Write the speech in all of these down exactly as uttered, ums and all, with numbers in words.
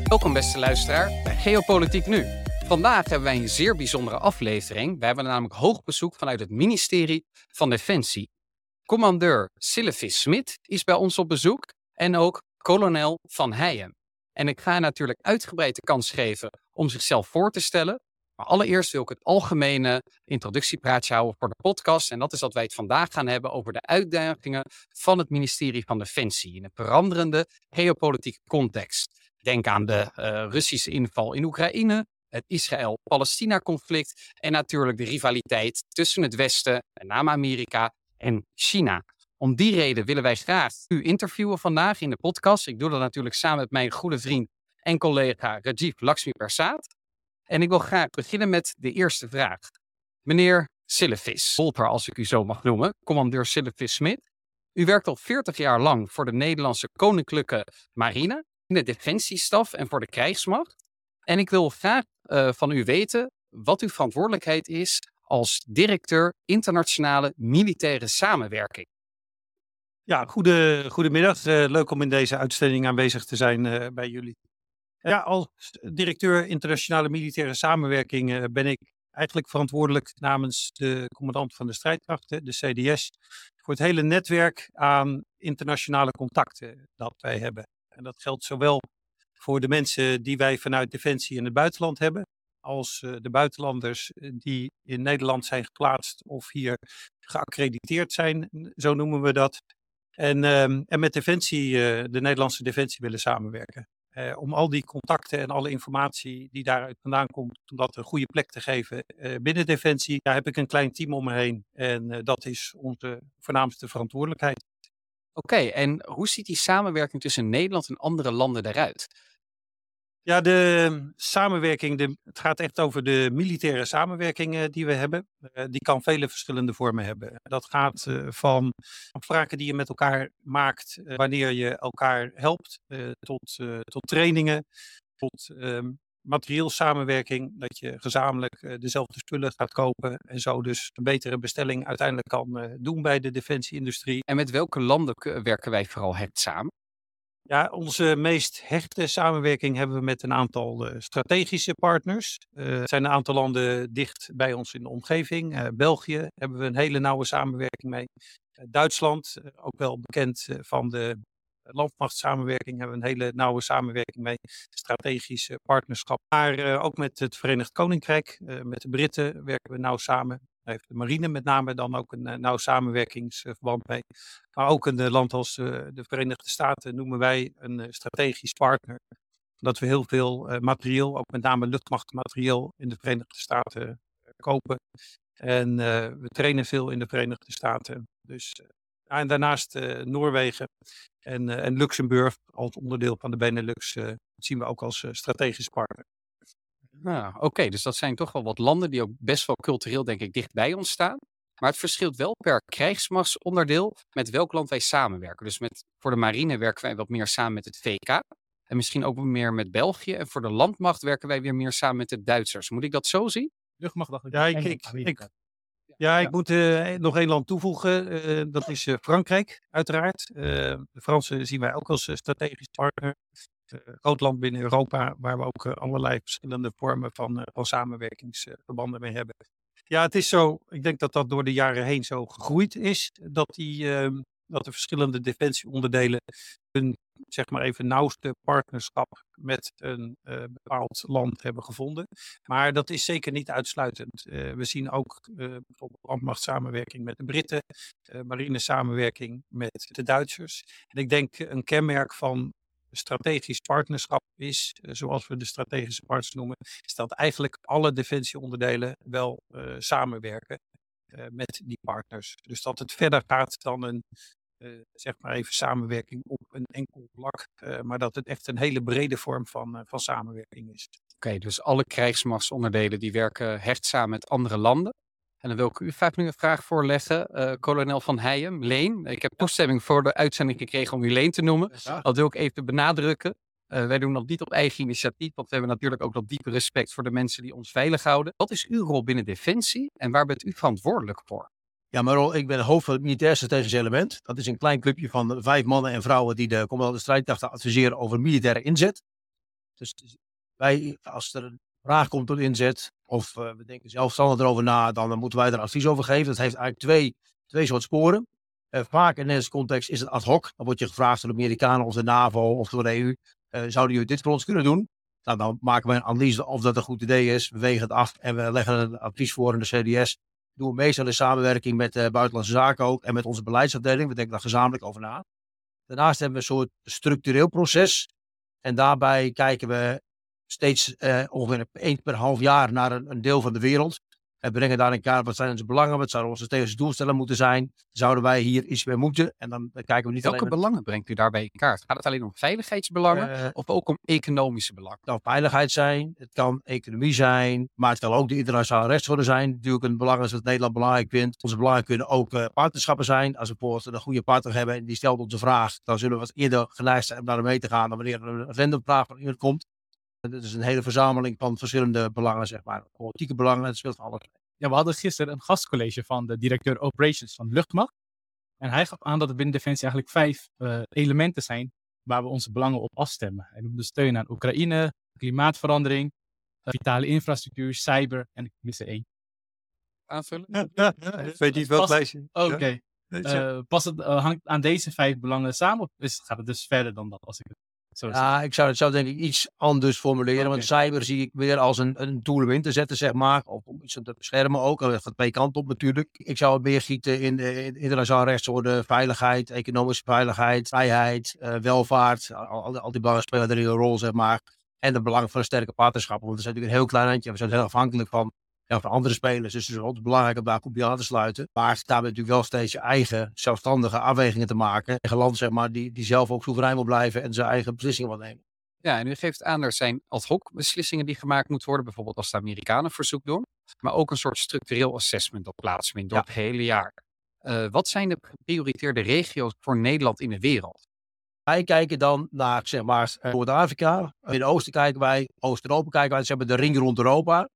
Welkom beste luisteraar bij Geopolitiek Nu. Vandaag hebben wij een zeer bijzondere aflevering. We hebben namelijk hoog bezoek vanuit het ministerie van Defensie. Commandeur Syllevis Smit is bij ons op bezoek en ook kolonel Van Heijem. En ik ga natuurlijk uitgebreid de kans geven om zichzelf voor te stellen. Maar allereerst wil ik het algemene introductiepraatje houden voor de podcast. En dat is dat wij het vandaag gaan hebben over de uitdagingen van het ministerie van Defensie in een veranderende geopolitieke context. Denk aan de uh, Russische inval in Oekraïne, het Israël-Palestina-conflict en natuurlijk de rivaliteit tussen het Westen, met name Amerika, en China. Om die reden willen wij graag u interviewen vandaag in de podcast. Ik doe dat natuurlijk samen met mijn goede vriend en collega Rajiv Lakshmiprasad. En ik wil graag beginnen met de eerste vraag. Meneer Syllevis, Bolter als ik u zo mag noemen, commandeur Syllevis Smit. U werkt al veertig jaar lang voor de Nederlandse Koninklijke Marine, in de Defensiestaf en voor de krijgsmacht. En ik wil graag uh, van u weten wat uw verantwoordelijkheid is als directeur internationale militaire samenwerking. Ja, goede, goedemiddag. Uh, leuk om in deze uitzending aanwezig te zijn uh, bij jullie. Ja, als directeur internationale militaire samenwerking uh, ben ik eigenlijk verantwoordelijk namens de commandant van de strijdkrachten, de C D S, voor het hele netwerk aan internationale contacten dat wij hebben. En dat geldt zowel voor de mensen die wij vanuit Defensie in het buitenland hebben, als uh, de buitenlanders die in Nederland zijn geplaatst of hier geaccrediteerd zijn, zo noemen we dat. En, uh, en met Defensie, uh, de Nederlandse Defensie willen samenwerken. Uh, om al die contacten en alle informatie die daaruit vandaan komt, om dat een goede plek te geven uh, binnen Defensie, daar heb ik een klein team om me heen. En uh, dat is onze voornaamste verantwoordelijkheid. Oké, okay, en hoe ziet die samenwerking tussen Nederland en andere landen eruit? Ja, de samenwerking, de, het gaat echt over de militaire samenwerking uh, die we hebben. Uh, die kan vele verschillende vormen hebben. Dat gaat uh, van afspraken die je met elkaar maakt uh, wanneer je elkaar helpt, uh, tot, uh, tot trainingen, tot uh, materieel samenwerking, dat je gezamenlijk uh, dezelfde spullen gaat kopen en zo dus een betere bestelling uiteindelijk kan uh, doen bij de defensieindustrie. En met welke landen k- werken wij vooral hecht samen? Ja, onze meest hechte samenwerking hebben we met een aantal uh, strategische partners. Uh, er zijn een aantal landen dicht bij ons in de omgeving. Uh, België hebben we een hele nauwe samenwerking mee. Uh, Duitsland, uh, ook wel bekend uh, van de landmachtsamenwerking, hebben we een hele nauwe samenwerking mee. Strategische partnerschap. Maar uh, ook met het Verenigd Koninkrijk, uh, met de Britten werken we nauw samen. Daar heeft de marine met name dan ook een uh, nauw samenwerkingsverband mee. Maar ook een uh, land als uh, de Verenigde Staten noemen wij een uh, strategisch partner. Dat we heel veel uh, materieel, ook met name luchtmachtmaterieel, in de Verenigde Staten uh, kopen. En uh, we trainen veel in de Verenigde Staten. Dus, uh, en daarnaast uh, Noorwegen en, uh, en Luxemburg als onderdeel van de Benelux uh, zien we ook als uh, strategisch partner. Nou, Oké, okay, dus dat zijn toch wel wat landen die ook best wel cultureel denk ik dicht bij ons staan. Maar het verschilt wel per krijgsmachtsonderdeel met welk land wij samenwerken. Dus met, voor de marine werken wij wat meer samen met het V K. En misschien ook meer met België. En voor de landmacht werken wij weer meer samen met de Duitsers. Moet ik dat zo zien? Luchtmacht dacht ik. Ja, ik, ik, ik, ja, ik ja. moet uh, nog één land toevoegen. Uh, dat is uh, Frankrijk, uiteraard. Uh, de Fransen zien wij ook als uh, strategisch partner. Uh, groot land binnen Europa, waar we ook uh, allerlei verschillende vormen van, uh, van samenwerkingsverbanden mee hebben. Ja, het is zo, ik denk dat dat door de jaren heen zo gegroeid is, dat, die, uh, dat de verschillende defensieonderdelen hun, zeg maar even, nauwste partnerschap met een uh, bepaald land hebben gevonden. Maar dat is zeker niet uitsluitend. Uh, we zien ook uh, bijvoorbeeld landmachtsamenwerking met de Britten, uh, marine samenwerking met de Duitsers. En ik denk een kenmerk van strategisch partnerschap is, zoals we de strategische partners noemen, is dat eigenlijk alle defensieonderdelen wel uh, samenwerken uh, met die partners. Dus dat het verder gaat dan een, uh, zeg maar even, samenwerking op een enkel vlak, uh, maar dat het echt een hele brede vorm van, uh, van samenwerking is. Oké, okay, dus alle krijgsmachtsonderdelen die werken hecht samen met andere landen. En dan wil ik u vijf nu een vraag voorleggen, uh, kolonel Van Heijem, Leen. Ik heb toestemming voor de uitzending gekregen om u Leen te noemen. Ja. Dat wil ik even benadrukken. Uh, wij doen dat niet op eigen initiatief, want we hebben natuurlijk ook dat diepe respect voor de mensen die ons veilig houden. Wat is uw rol binnen Defensie en waar bent u verantwoordelijk voor? Ja, mijn rol, ik ben hoofd van het militair strategisch element. Dat is een klein clubje van vijf mannen en vrouwen die de commandant de strijdkrachten adviseren over militaire inzet. Dus wij, als er een vraag komt tot inzet, of uh, we denken zelfstandig erover na, dan uh, moeten wij er advies over geven. Dat heeft eigenlijk twee, twee soorten sporen. Uh, vaak in deze context is het ad hoc. Dan word je gevraagd door de Amerikanen of de NAVO of door de E U. Uh, zouden jullie dit voor ons kunnen doen? Nou, dan maken we een analyse of dat een goed idee is. We wegen het af en we leggen een advies voor in de C D S. Doen we meestal in samenwerking met de Buitenlandse Zaken ook en met onze beleidsafdeling. We denken daar gezamenlijk over na. Daarnaast hebben we een soort structureel proces. En daarbij kijken we steeds uh, ongeveer eens per half jaar naar een, een deel van de wereld. En brengen daar in kaart wat zijn onze belangen, wat zouden onze strategische doelstellingen moeten zijn. Zouden wij hier iets mee moeten? En dan, dan kijken we niet Welke alleen met... belangen brengt u daarbij in kaart? Gaat het alleen om veiligheidsbelangen uh, of ook om economische belangen? Het kan veiligheid zijn, het kan economie zijn, maar het kan ook de internationale rechtsorde zijn. Natuurlijk een belang is wat Nederland belangrijk vindt. Onze belangen kunnen ook uh, partnerschappen zijn. Als we bijvoorbeeld een goede partner hebben en die stelt ons een vraag, dan zullen we wat eerder geneigd zijn om naar mee te gaan dan wanneer er een randomvraag van iemand komt. Het is een hele verzameling van verschillende belangen, zeg maar. Politieke belangen, het speelt van alles. Ja, we hadden gisteren een gastcollege van de directeur Operations van de Luchtmacht. En hij gaf aan dat er binnen Defensie eigenlijk vijf uh, elementen zijn waar we onze belangen op afstemmen. Hij noemde steun aan Oekraïne, klimaatverandering, vitale infrastructuur, cyber en ik mis er één. Aanvullen? Ja, ja, ja. Weet je wel lijstje? Oké. Okay. Uh, past het uh, hangt aan deze vijf belangen samen of is, gaat het dus verder dan dat als ik het zo Ja, zeg? ik zou het zou denk ik iets anders formuleren. Okay. Want cyber zie ik weer als een, een tool om in te zetten, zeg maar. Of om iets te beschermen ook. Dat gaat twee kanten op natuurlijk. Ik zou het meer schieten in de internationale rechtsorde, veiligheid, economische veiligheid, vrijheid, uh, welvaart. Al, al, al die belangen spelen erin een rol, zeg maar. En het belang van een sterke partnerschap. Want we zijn natuurlijk een heel klein landje. We zijn heel afhankelijk van, ja, van andere spelers. Dus het is altijd belangrijk om daar goed bij aan te sluiten. Maar daar hebben natuurlijk wel steeds je eigen zelfstandige afwegingen te maken. Eigen land, zeg maar, die, die zelf ook soeverein wil blijven en zijn eigen beslissingen wil nemen. Ja, en u geeft aan, er zijn ad hoc beslissingen die gemaakt moeten worden. Bijvoorbeeld als de Amerikanen verzoek doen. Maar ook een soort structureel assessment dat plaatsvindt door ja. het hele jaar. Uh, wat zijn de geprioriteerde regio's voor Nederland in de wereld? Wij kijken dan naar, zeg maar, Noord-Afrika. In het oosten kijken wij, Oost-Europa kijken wij. Ze hebben de ring rond Europa.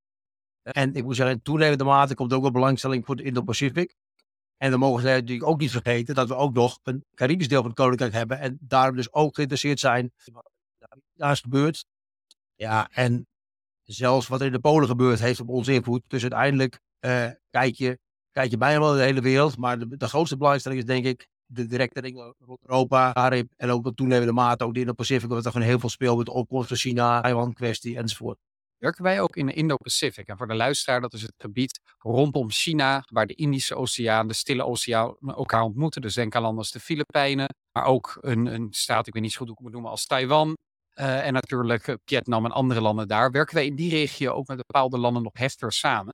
En ik moet zeggen, in toenemende mate komt er ook wel belangstelling voor de Indo-Pacific. En dan mogen ze natuurlijk ook niet vergeten dat we ook nog een Caribisch deel van het Koninkrijk hebben. En daarom dus ook geïnteresseerd zijn in wat daar is gebeurd. Ja, en zelfs wat er in de Polen gebeurt heeft op ons invloed. Dus uiteindelijk uh, kijk, je, kijk je bijna wel in de hele wereld. Maar de, de grootste belangstelling is denk ik de directe ring rond Europa. Carib, en ook op toenemende mate ook de Indo-Pacific. Omdat er gewoon heel veel speelt met de opkomst van China, Taiwan kwestie enzovoort. Werken wij ook in de Indo-Pacific. En voor de luisteraar, dat is het gebied rondom China, waar de Indische Oceaan, de Stille Oceaan elkaar ontmoeten. Dus denk aan landen als de Filipijnen, maar ook een, een staat, ik weet niet zo goed hoe ik het moet noemen, als Taiwan. Uh, en natuurlijk Vietnam en andere landen daar. Werken wij in die regio ook met bepaalde landen nog heftiger samen?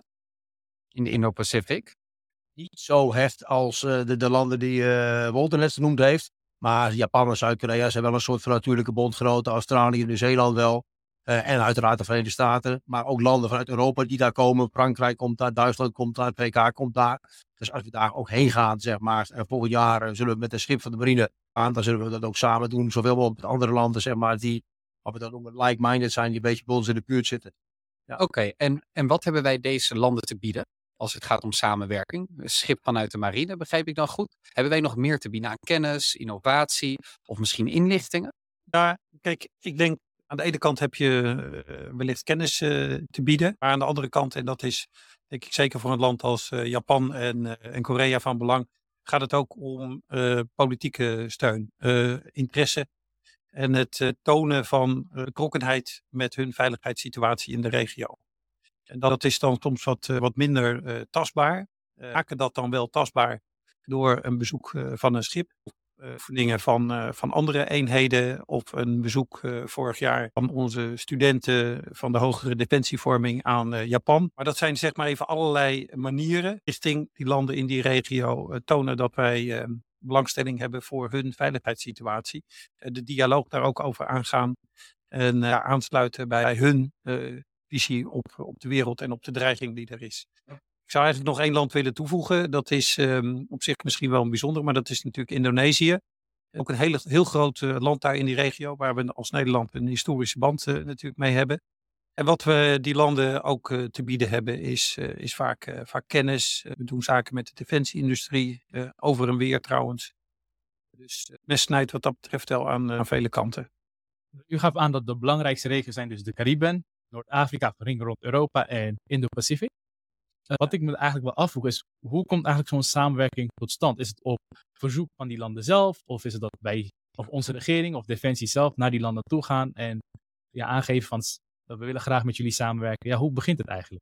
In de Indo-Pacific? Niet zo heft als uh, de, de landen die uh, Walter net genoemd heeft. Maar Japan en Zuid-Korea zijn wel een soort van natuurlijke bondgenoten. Australië en Nieuw-Zeeland wel. Uh, en uiteraard de Verenigde Staten, maar ook landen vanuit Europa die daar komen. Frankrijk komt daar, Duitsland komt daar, het V K komt daar. Dus als we daar ook heen gaan, zeg maar, en volgend jaar uh, zullen we met een schip van de marine aan, dan zullen we dat ook samen doen. Zoveel mogelijk met andere landen, zeg maar, die, wat we dan noemen, like-minded zijn, die een beetje bij ons in de buurt zitten. Ja. Oké, okay, en, en wat hebben wij deze landen te bieden als het gaat om samenwerking? Een schip vanuit de marine, begrijp ik dan goed? Hebben wij nog meer te bieden aan kennis, innovatie of misschien inlichtingen? Ja, kijk, ik denk aan de ene kant heb je uh, wellicht kennis uh, te bieden. Maar aan de andere kant, en dat is denk ik zeker voor een land als uh, Japan en, uh, en Korea van belang, gaat het ook om uh, politieke steun, uh, interesse en het uh, tonen van uh, betrokkenheid met hun veiligheidssituatie in de regio. En dat is dan soms wat, uh, wat minder uh, tastbaar. Uh, maken dat dan wel tastbaar door een bezoek uh, van een schip. Oefeningen van, uh, van andere eenheden of een bezoek uh, vorig jaar van onze studenten van de hogere defensievorming aan uh, Japan. Maar dat zijn zeg maar even allerlei manieren richting die landen in die regio uh, tonen dat wij uh, belangstelling hebben voor hun veiligheidssituatie. Uh, de dialoog daar ook over aangaan en uh, aansluiten bij hun uh, visie op, op de wereld en op de dreiging die er is. Ik zou eigenlijk nog één land willen toevoegen. Dat is um, op zich misschien wel een bijzonder, maar dat is natuurlijk Indonesië. Ook een hele, heel groot uh, land daar in die regio, waar we als Nederland een historische band uh, natuurlijk mee hebben. En wat we die landen ook uh, te bieden hebben, is, uh, is vaak, uh, vaak kennis. Uh, we doen zaken met de defensieindustrie, uh, over en weer trouwens. Dus uh, mes snijdt wat dat betreft wel aan, uh, aan vele kanten. U gaf aan dat de belangrijkste regio's zijn dus de Cariben, Noord-Afrika, ring rond Europa en Indo-Pacific. Uh, wat ik me eigenlijk wel afvroeg is, hoe komt eigenlijk zo'n samenwerking tot stand? Is het op verzoek van die landen zelf? Of is het dat wij, of onze regering of Defensie zelf naar die landen toe gaan en ja, aangeven van, we willen graag met jullie samenwerken. Ja, hoe begint het eigenlijk?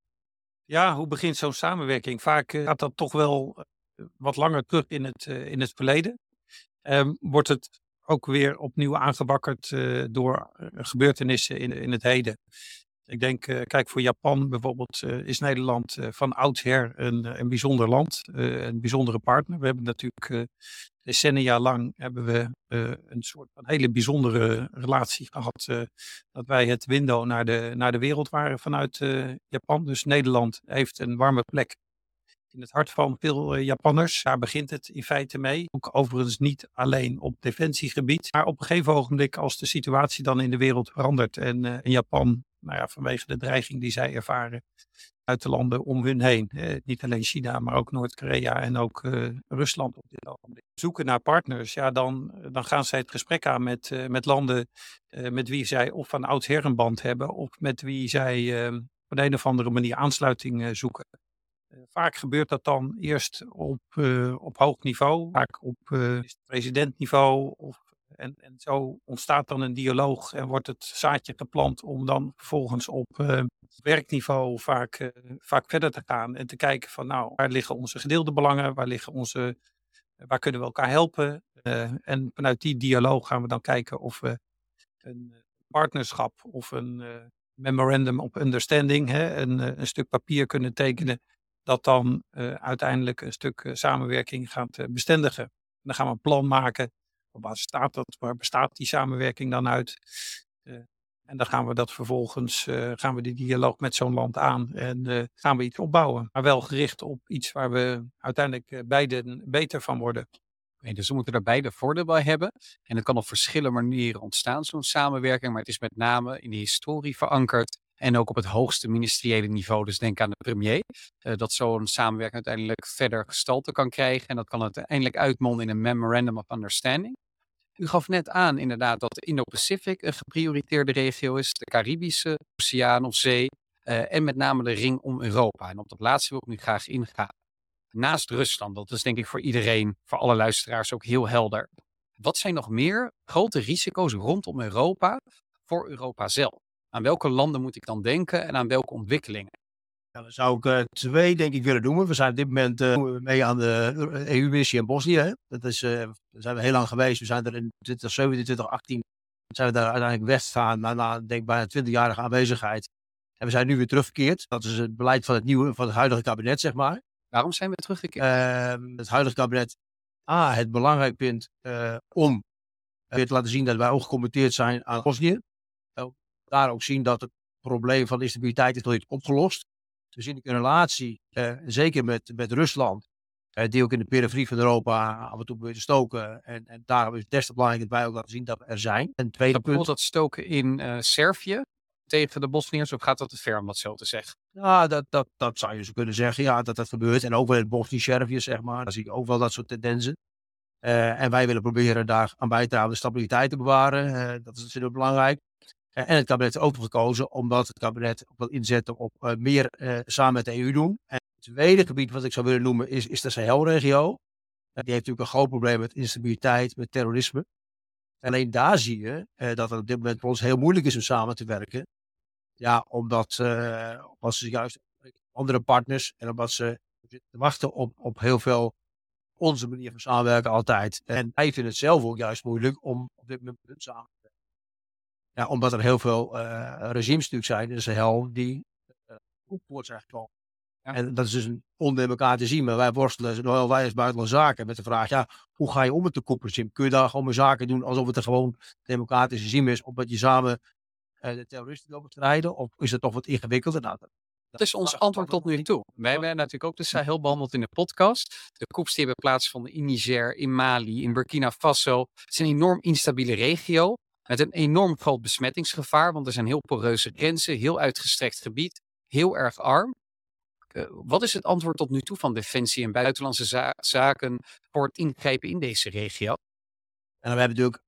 Ja, hoe begint zo'n samenwerking? Vaak uh, gaat dat toch wel uh, wat langer terug in het, uh, in het verleden. Um, wordt het ook weer opnieuw aangewakkerd uh, door uh, gebeurtenissen in, in het heden. Ik denk, uh, kijk, voor Japan bijvoorbeeld uh, is Nederland uh, van oudsher een, een bijzonder land, uh, een bijzondere partner. We hebben natuurlijk uh, decennia lang hebben we uh, een soort van hele bijzondere relatie gehad. Uh, dat wij het window naar de, naar de wereld waren vanuit uh, Japan. Dus Nederland heeft een warme plek in het hart van veel uh, Japanners. Daar begint het in feite mee. Ook overigens niet alleen op defensiegebied. Maar op een gegeven ogenblik als de situatie dan in de wereld verandert. En uh, in Japan, nou ja, vanwege de dreiging die zij ervaren uit de landen om hun heen. Eh, niet alleen China, maar ook Noord-Korea en ook uh, Rusland op dit ogenblik. Zoeken naar partners, ja, dan, dan gaan zij het gesprek aan met, uh, met landen uh, met wie zij of van oudsher een band hebben. Of met wie zij uh, op een of andere manier aansluiting uh, zoeken. Uh, vaak gebeurt dat dan eerst op, uh, op hoog niveau, vaak op uh, presidentniveau. Of, en, en zo ontstaat dan een dialoog en wordt het zaadje geplant om dan vervolgens op uh, werkniveau vaak, uh, vaak verder te gaan. En te kijken van nou, waar liggen onze gedeelde belangen, waar, liggen onze, waar kunnen we elkaar helpen. Uh, en vanuit die dialoog gaan we dan kijken of we een partnerschap of een uh, memorandum of understanding, hè, een, een stuk papier kunnen tekenen. Dat dan uh, uiteindelijk een stuk uh, samenwerking gaat uh, bestendigen. En dan gaan we een plan maken. Waar staat dat? Waar bestaat die samenwerking dan uit? Uh, en dan gaan we dat vervolgens, uh, gaan we die dialoog met zo'n land aan. En uh, gaan we iets opbouwen. Maar wel gericht op iets waar we uiteindelijk uh, beiden beter van worden. Okay, dus we moeten er beide voordeel bij hebben. En het kan op verschillende manieren ontstaan, zo'n samenwerking. Maar het is met name in de historie verankerd. En ook op het hoogste ministeriële niveau, dus denk aan de premier, uh, dat zo'n samenwerking uiteindelijk verder gestalte kan krijgen. En dat kan uiteindelijk uitmonden in een Memorandum of Understanding. U gaf net aan inderdaad dat de Indo-Pacific een geprioriteerde regio is, de Caribische Oceaan of Zee uh, en met name de ring om Europa. En op dat laatste wil ik nu graag ingaan. Naast Rusland, dat is denk ik voor iedereen, voor alle luisteraars ook heel helder. Wat zijn nog meer grote risico's rondom Europa voor Europa zelf? Aan welke landen moet ik dan denken en aan welke ontwikkelingen? Ja, dan zou ik uh, twee denk ik willen noemen. We zijn op dit moment uh, mee aan de E U-missie in Bosnië. Hè. Dat is, uh, daar zijn we heel lang geweest. We zijn er in twintig zeventien, twintig achttien zijn we daar uiteindelijk weggegaan. Na, na denk ik bijna twintigjarige aanwezigheid. En we zijn nu weer teruggekeerd. Dat is het beleid van het nieuwe, van het huidige kabinet, zeg maar. Waarom zijn we teruggekeerd? Uh, het huidige kabinet A, het belangrijk vindt uh, om weer te laten zien dat wij ook gecommitteerd zijn aan Bosnië. Uh, daar ook zien dat het probleem van instabiliteit is nog niet opgelost. We zien een relatie, uh, zeker met, met Rusland, uh, die ook in de periferie van Europa af en toe probeert te stoken. En, en daarom is het des te belangrijk dat wij ook laten zien dat we er zijn. En het tweede punt. punt. Dat stoken in uh, Servië tegen de Bosniërs, of gaat dat te ver om dat zo te zeggen? Ja, dat, dat, dat zou je zo kunnen zeggen, ja, dat dat gebeurt. En ook wel in Bosnië-Servië, zeg maar. Daar zie ik ook wel dat soort tendensen. Uh, en wij willen proberen daar aan bij te dragen de stabiliteit te bewaren. Uh, dat is natuurlijk belangrijk. Uh, en het kabinet is ook gekozen omdat het kabinet ook wil inzetten op uh, meer uh, samen met de E U doen. En het tweede gebied wat ik zou willen noemen is, is de Sahelregio. Uh, die heeft natuurlijk een groot probleem met instabiliteit, met terrorisme. En alleen daar zie je uh, dat het op dit moment voor ons heel moeilijk is om samen te werken. Ja, omdat, uh, omdat ze juist andere partners en omdat ze wachten op, op heel veel onze manier van samenwerken altijd. En wij vinden het zelf ook juist moeilijk om op dit moment samen te werken. Ja, omdat er heel veel uh, regimes natuurlijk zijn in de Sahel die uh, opvoort zijn gekomen. Ja. En dat is dus een ondemocratisch regime. Maar wij worstelen, zowel wij als buitenlandse zaken, met de vraag, ja, hoe ga je om met de kopregime? Kun je daar gewoon maar zaken doen alsof het een gewoon democratisch regime is, omdat je samen uh, de terroristen wil bestrijden? Of is het toch wat ingewikkelder? Nou, dat, dat is ons antwoord tot nu toe. Wij hebben natuurlijk ook de Sahel behandeld in de podcast. De coups die hebben plaatsgevonden in Niger, in Mali, in Burkina Faso. Het is een enorm instabiele regio met een enorm groot besmettingsgevaar, want er zijn heel poreuze grenzen, heel uitgestrekt gebied, heel erg arm. Uh, wat is het antwoord tot nu toe van Defensie en Buitenlandse za- Zaken voor het ingrijpen in deze regio? En we hebben natuurlijk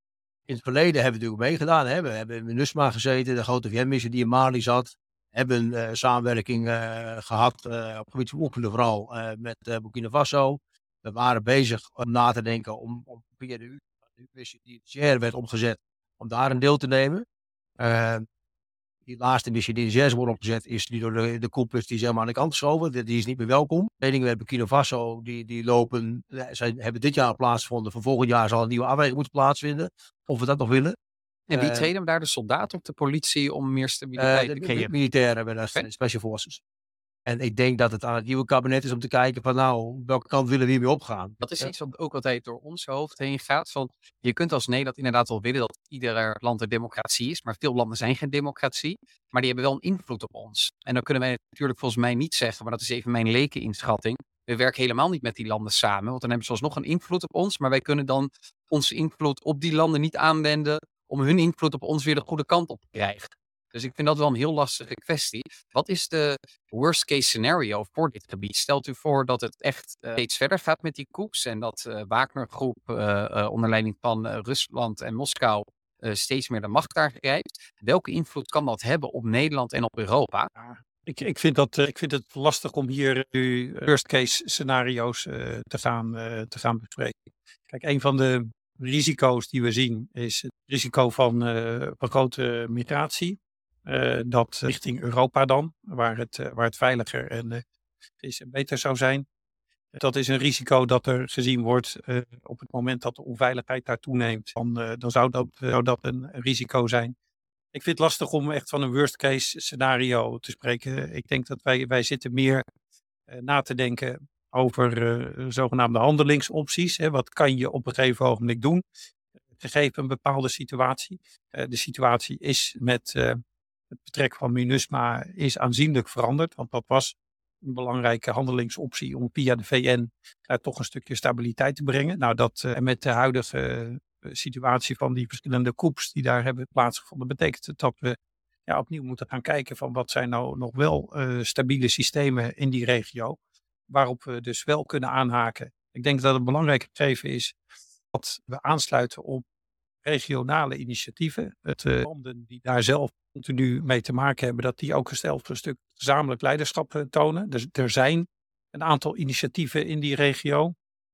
In het verleden hebben we natuurlijk meegedaan. Hè? We hebben in MINUSMA gezeten, de grote V N-missie die in Mali zat. Hebben uh, samenwerking uh, gehad uh, op het gebied van oefenen vooral uh, met uh, Burkina Faso. We waren bezig om na te denken om, om via de missie die in Niger werd omgezet, om daar een deel te nemen. Uh, die laatste missie die in Niger wordt opgezet, is die door de, de koepels die helemaal aan de kant geschoven. Die, die is niet meer welkom. Trainingen met Burkina Faso, die, die lopen, zij hebben dit jaar plaatsgevonden. Voor volgend jaar zal een nieuwe afweging moeten plaatsvinden. Of we dat nog willen. En wie Uh, trainen daar de soldaten op de politie om meer stabiliteit uh, te de, creëren? de militairen hebben dat Okay. Special Forces. En ik denk dat het aan het nieuwe kabinet is om te kijken van nou, welke kant willen we hiermee opgaan. Dat is Ja. iets wat ook altijd door ons hoofd heen gaat. Van, je kunt als Nederland inderdaad wel willen dat ieder land een democratie is. Maar veel landen zijn geen democratie. Maar die hebben wel een invloed op ons. En dan kunnen wij natuurlijk volgens mij niet zeggen, maar dat is even mijn lekeninschatting. We werken helemaal niet met die landen samen. Want dan hebben ze alsnog een invloed op ons. Maar wij kunnen dan onze invloed op die landen niet aanwenden om hun invloed op ons weer de goede kant op te krijgen. Dus ik vind dat wel een heel lastige kwestie. Wat is de worst case scenario voor dit gebied? Stelt u voor dat het echt uh, steeds verder gaat met die coups en dat de uh, Wagner-groep uh, uh, onder leiding van uh, Rusland en Moskou uh, steeds meer de macht daar grijpt? Welke invloed kan dat hebben op Nederland en op Europa? Ja, ik, ik, vind dat, uh, ik vind het lastig om hier nu uh, worst case scenario's uh, te, gaan, uh, te gaan bespreken. Kijk, een van de risico's die we zien is het risico van, uh, van grote migratie. Uh, dat richting Europa dan, waar het, uh, waar het veiliger en, uh, is en beter zou zijn. Dat is een risico dat er gezien wordt uh, op het moment dat de onveiligheid daar toeneemt. Dan, uh, dan zou, dat, uh, zou dat een, een risico zijn. Ik vind het lastig om echt van een worst case scenario te spreken. Ik denk dat wij, wij zitten meer uh, na te denken over uh, zogenaamde handelingsopties. Hè. Wat kan je op een gegeven ogenblik doen, gegeven een bepaalde situatie. Uh, de situatie is met uh, het vertrek van MINUSMA is aanzienlijk veranderd. Want dat was een belangrijke handelingsoptie om via de V N uh, toch een stukje stabiliteit te brengen. Nou, dat uh, met de huidige uh, situatie van die verschillende coups die daar hebben plaatsgevonden, betekent het dat we ja, opnieuw moeten gaan kijken van wat zijn nou nog wel uh, stabiele systemen in die regio, waarop we dus wel kunnen aanhaken. Ik denk dat het belangrijk gegeven is dat we aansluiten op regionale initiatieven. Het uh, landen die daar zelf continu mee te maken hebben, dat die ook zelf een stuk gezamenlijk leiderschap uh, tonen. Dus er zijn een aantal initiatieven in die regio.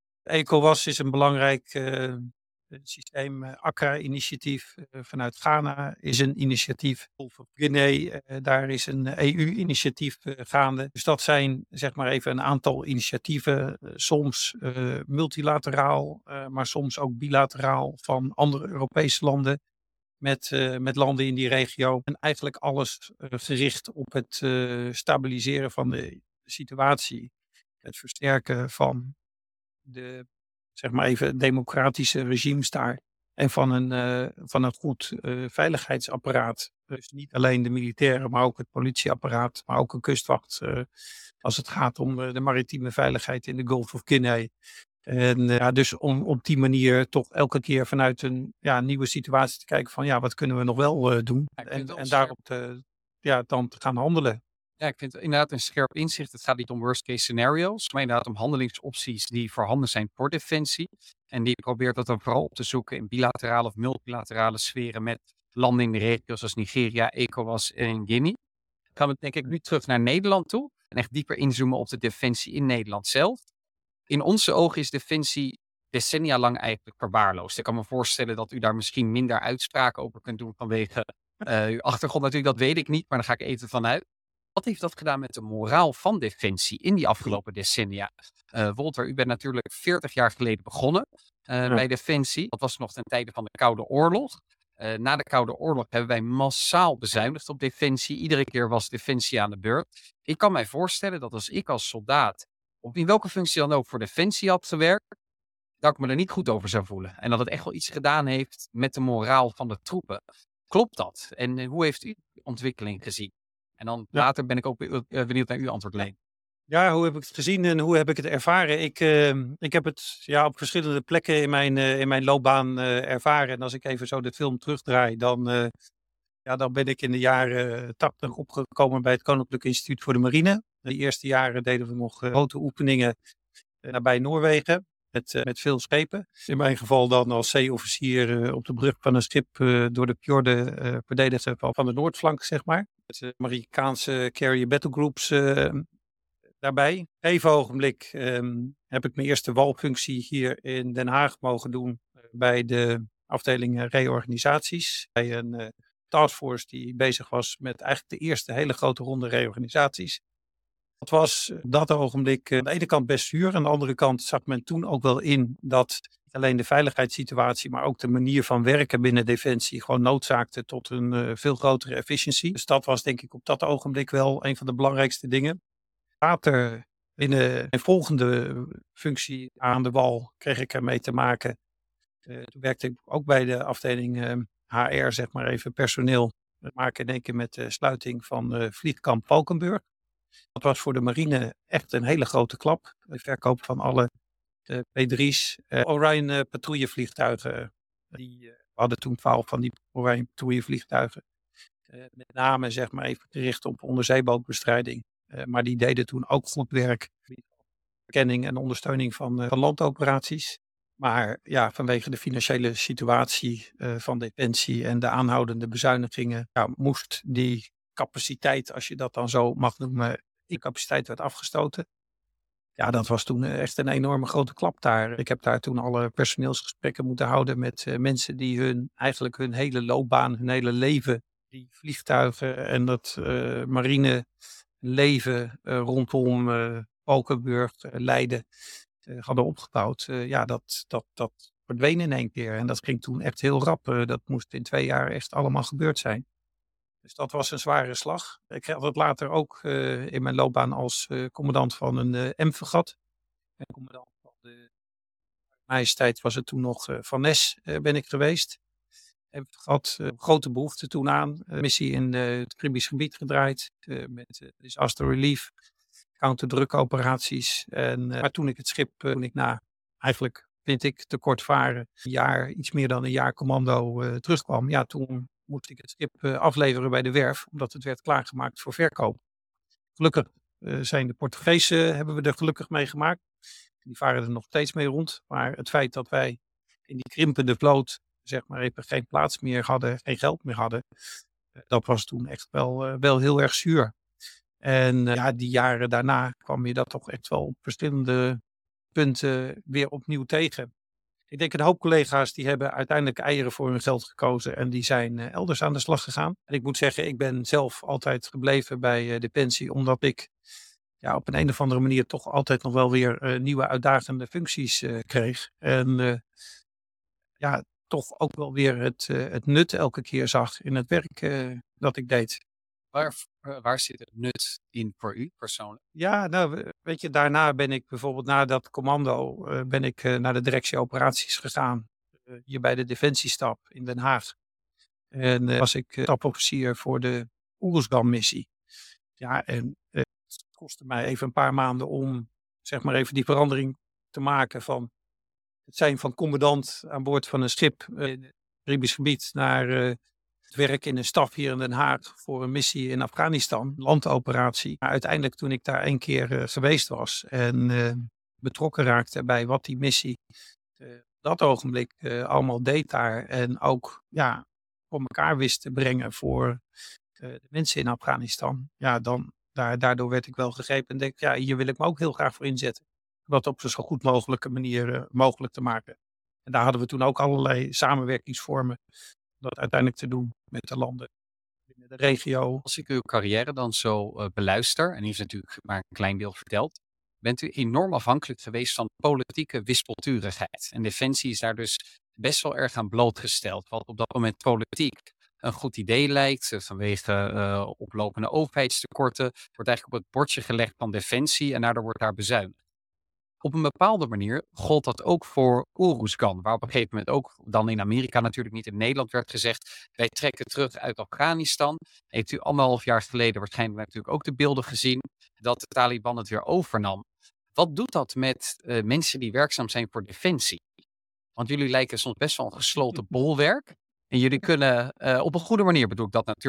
ECOWAS is een belangrijk uh, systeem. Uh, Accra-initiatief uh, vanuit Ghana is een initiatief. Gulf of Guinea, uh, daar is een E U-initiatief uh, gaande. Dus dat zijn zeg maar even een aantal initiatieven. Uh, soms uh, multilateraal, uh, maar soms ook bilateraal van andere Europese landen. Met, uh, met landen in die regio. En eigenlijk alles uh, gericht op het uh, stabiliseren van de situatie. Het versterken van de, zeg maar even, democratische regimes daar. En van een, uh, van een goed uh, veiligheidsapparaat. Dus niet alleen de militairen, maar ook het politieapparaat. Maar ook een kustwacht. Uh, als het gaat om uh, de maritieme veiligheid in de Gulf of Guinea. En uh, ja, dus om op die manier toch elke keer vanuit een ja, nieuwe situatie te kijken van ja, wat kunnen we nog wel uh, doen? Ja, en en daarop te, ja, dan te gaan handelen. Ja, ik vind het inderdaad een scherp inzicht. Het gaat niet om worst case scenario's, maar inderdaad om handelingsopties die voorhanden zijn voor defensie. En die probeert dat dan vooral op te zoeken in bilaterale of multilaterale sferen met landen in de regio zoals Nigeria, ECOWAS en Guinea. Dan gaan we denk ik nu terug naar Nederland toe en echt dieper inzoomen op de defensie in Nederland zelf. In onze ogen is defensie decennia lang eigenlijk verwaarloosd. Ik kan me voorstellen dat u daar misschien minder uitspraken over kunt doen vanwege uh, uw achtergrond natuurlijk, dat weet ik niet, maar daar ga ik even vanuit. Wat heeft dat gedaan met de moraal van defensie in die afgelopen decennia? Uh, Wolter, u bent natuurlijk veertig jaar geleden begonnen uh, ja. bij defensie. Dat was nog ten tijde van de Koude Oorlog. Uh, na de Koude Oorlog hebben wij massaal bezuinigd op defensie. Iedere keer was defensie aan de beurt. Ik kan mij voorstellen dat als ik als soldaat, of in welke functie dan ook, voor defensie had gewerkt, dat ik me er niet goed over zou voelen. En dat het echt wel iets gedaan heeft met de moraal van de troepen. Klopt dat? En uh, hoe heeft u die ontwikkeling gezien? En dan ja. later ben ik ook uh, benieuwd naar uw antwoord, Leen. Ja, hoe heb ik het gezien en hoe heb ik het ervaren? Ik, uh, ik heb het ja, op verschillende plekken in mijn, uh, in mijn loopbaan uh, ervaren. En als ik even zo de film terugdraai, dan, uh, ja, dan ben ik in de jaren tachtig opgekomen bij het Koninklijk Instituut voor de Marine. De eerste jaren deden we nog uh, grote oefeningen uh, nabij Noorwegen. met, uh, met veel schepen. In mijn geval dan als zeeofficier uh, op de brug van een schip uh, door de fjorden uh, verdedigen van, van de noordflank, zeg maar. Met uh, Amerikaanse carrier battlegroups uh, daarbij. Even ogenblik um, heb ik mijn eerste walfunctie hier in Den Haag mogen doen uh, bij de afdeling uh, reorganisaties. Bij een uh, taskforce die bezig was met eigenlijk de eerste hele grote ronde reorganisaties. Het was op dat ogenblik aan de ene kant best zuur. Aan de andere kant zag men toen ook wel in dat niet alleen de veiligheidssituatie, maar ook de manier van werken binnen Defensie gewoon noodzaakte tot een uh, veel grotere efficiëntie. Dus dat was denk ik op dat ogenblik wel een van de belangrijkste dingen. Later in de volgende functie aan de wal kreeg ik ermee te maken. Uh, toen werkte ik ook bij de afdeling uh, H R, zeg maar even personeel. We maken in één keer met de sluiting van uh, vliegkamp Valkenburg. Dat was voor de marine echt een hele grote klap. De verkoop van alle uh, P drie's, uh, Orion uh, patrouillevliegtuigen. Die uh, hadden toen twaalf van die Orion patrouillevliegtuigen. Uh, met name zeg maar even gericht op onderzeebootbestrijding. Uh, maar die deden toen ook goed werk. Verkenning en ondersteuning van, uh, van landoperaties. Maar ja, vanwege de financiële situatie uh, van Defensie en de aanhoudende bezuinigingen ja, moest die capaciteit, als je dat dan zo mag noemen, die capaciteit werd afgestoten. Ja, dat was toen echt een enorme grote klap daar. Ik heb daar toen alle personeelsgesprekken moeten houden met uh, mensen die hun, eigenlijk hun hele loopbaan, hun hele leven, die vliegtuigen en dat uh, marine leven uh, rondom uh, Valkenburg, uh, Leiden uh, hadden opgebouwd. Uh, ja, dat, dat, dat verdween in één keer. En dat ging toen echt heel rap. Uh, dat moest in twee jaar echt allemaal gebeurd zijn. Dus dat was een zware slag. Ik had het later ook uh, in mijn loopbaan als uh, commandant van een uh, M-fregat. En commandant van de Majesteit was het toen nog uh, Van Nes uh, ben ik geweest. M-fregat, uh, grote behoefte toen aan. Uh, missie in uh, het Caribisch gebied gedraaid. Uh, met uh, disaster relief, counterdrukoperaties. En, uh, maar toen ik het schip, uh, toen ik na eigenlijk, vind ik, te kort varen, een jaar, iets meer dan een jaar commando uh, terugkwam. Ja, toen moest ik het schip uh, afleveren bij de werf, omdat het werd klaargemaakt voor verkoop. Gelukkig uh, zijn de Portugezen, hebben we er gelukkig mee gemaakt. Die varen er nog steeds mee rond. Maar het feit dat wij in die krimpende vloot, zeg maar even, geen plaats meer hadden, geen geld meer hadden, uh, dat was toen echt wel, uh, wel heel erg zuur. En uh, ja, die jaren daarna kwam je dat toch echt wel op verschillende punten weer opnieuw tegen. Ik denk een hoop collega's die hebben uiteindelijk eieren voor hun geld gekozen en die zijn uh, elders aan de slag gegaan. En ik moet zeggen, ik ben zelf altijd gebleven bij uh, Defensie, omdat ik ja, op een, een of andere manier toch altijd nog wel weer uh, nieuwe uitdagende functies uh, kreeg. En uh, ja, toch ook wel weer het, uh, het nut elke keer zag in het werk uh, dat ik deed. Waar, waar zit het nut in voor u persoonlijk? Ja, nou, weet je, daarna ben ik bijvoorbeeld na dat commando uh, ben ik uh, naar de directie operaties gegaan. Uh, hier bij de Defensiestaf in Den Haag. En uh, was ik uh, stafofficier voor de Oeruzgan-missie. Ja, en uh, het kostte mij even een paar maanden om, zeg maar even die verandering te maken van het zijn van commandant aan boord van een schip uh, in het Caribisch gebied naar uh, het werk in een staf hier in Den Haag voor een missie in Afghanistan, landoperatie. Maar uiteindelijk toen ik daar een keer uh, geweest was en uh, betrokken raakte bij wat die missie uh, dat ogenblik uh, allemaal deed daar en ook ja, voor elkaar wist te brengen voor uh, de mensen in Afghanistan. Ja, dan, daar, daardoor werd ik wel gegrepen en denk ja, hier wil ik me ook heel graag voor inzetten. Wat op een zo goed mogelijke manier uh, mogelijk te maken. En daar hadden we toen ook allerlei samenwerkingsvormen om dat uiteindelijk te doen met de landen binnen de regio. Als ik uw carrière dan zo uh, beluister, en u heeft natuurlijk maar een klein deel verteld, bent u enorm afhankelijk geweest van politieke wispelturigheid. En Defensie is daar dus best wel erg aan blootgesteld. Wat op dat moment politiek een goed idee lijkt, vanwege uh, oplopende overheidstekorten, wordt eigenlijk op het bordje gelegd van Defensie en daardoor wordt daar bezuinigd. Op een bepaalde manier gold dat ook voor Oeruzgan, waar op een gegeven moment ook, dan in Amerika natuurlijk niet, in Nederland werd gezegd, wij trekken terug uit Afghanistan. Heeft u anderhalf jaar geleden waarschijnlijk natuurlijk ook de beelden gezien dat de Taliban het weer overnam. Wat doet dat met uh, mensen die werkzaam zijn voor Defensie? Want jullie lijken soms best wel een gesloten bolwerk. En jullie kunnen uh, op een goede manier, bedoel ik dat natuurlijk,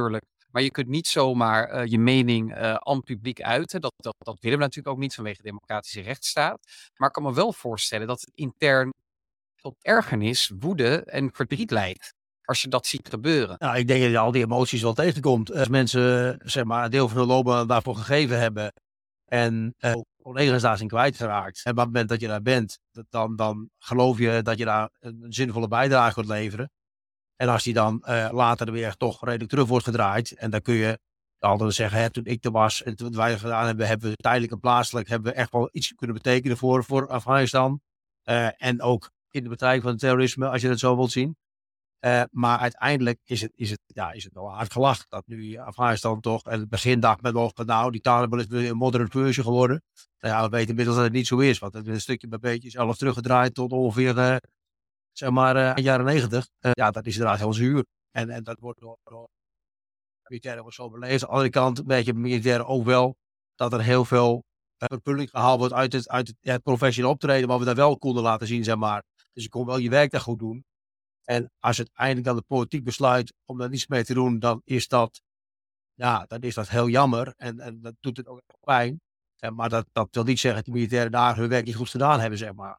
Maar je kunt niet zomaar uh, je mening uh, aan het publiek uiten. Dat, dat, dat willen we natuurlijk ook niet vanwege de democratische rechtsstaat. Maar ik kan me wel voorstellen dat het intern tot ergernis, woede en verdriet leidt. Als je dat ziet gebeuren. Nou, ik denk dat je al die emoties wel tegenkomt. Als mensen zeg maar, een deel van hun loopbaan daarvoor gegeven hebben. En uh, collega's daar zijn kwijtgeraakt. En op het moment dat je daar bent, dan, dan geloof je dat je daar een zinvolle bijdrage kunt leveren. En als die dan uh, later weer toch redelijk terug wordt gedraaid. En dan kun je altijd zeggen, hè, toen ik er was en toen wij gedaan hebben, hebben we tijdelijk en plaatselijk hebben we echt wel iets kunnen betekenen voor, voor Afghanistan. Uh, en ook in de bestrijding van het terrorisme, als je dat zo wilt zien. Uh, maar uiteindelijk is het, is, het, ja, is het wel hard gelachen dat nu Afghanistan toch, en het begin dacht men nog van nou, die Taliban is een modern versie geworden. Nou ja, we weten inmiddels dat het niet zo is, want het is een stukje bij beetje zelf teruggedraaid tot ongeveer, uh, zeg maar, uh, in de jaren negentig. Uh, ja, dat is inderdaad heel zuur. En, en dat wordt door, door militairen wordt zo beleefd. Aan de andere kant, een beetje militairen ook wel, dat er heel veel uh, verpulling gehaald wordt uit het, uit het, ja, het professioneel optreden, maar we dat wel konden laten zien, zeg maar. Dus je kon wel je werk daar goed doen. En als het eindelijk dan de politiek besluit om daar niets mee te doen, dan is dat, ja, dan is dat heel jammer. En, en dat doet het ook pijn. En, maar dat, dat wil niet zeggen dat de militairen daar hun werk niet goed gedaan hebben, zeg maar.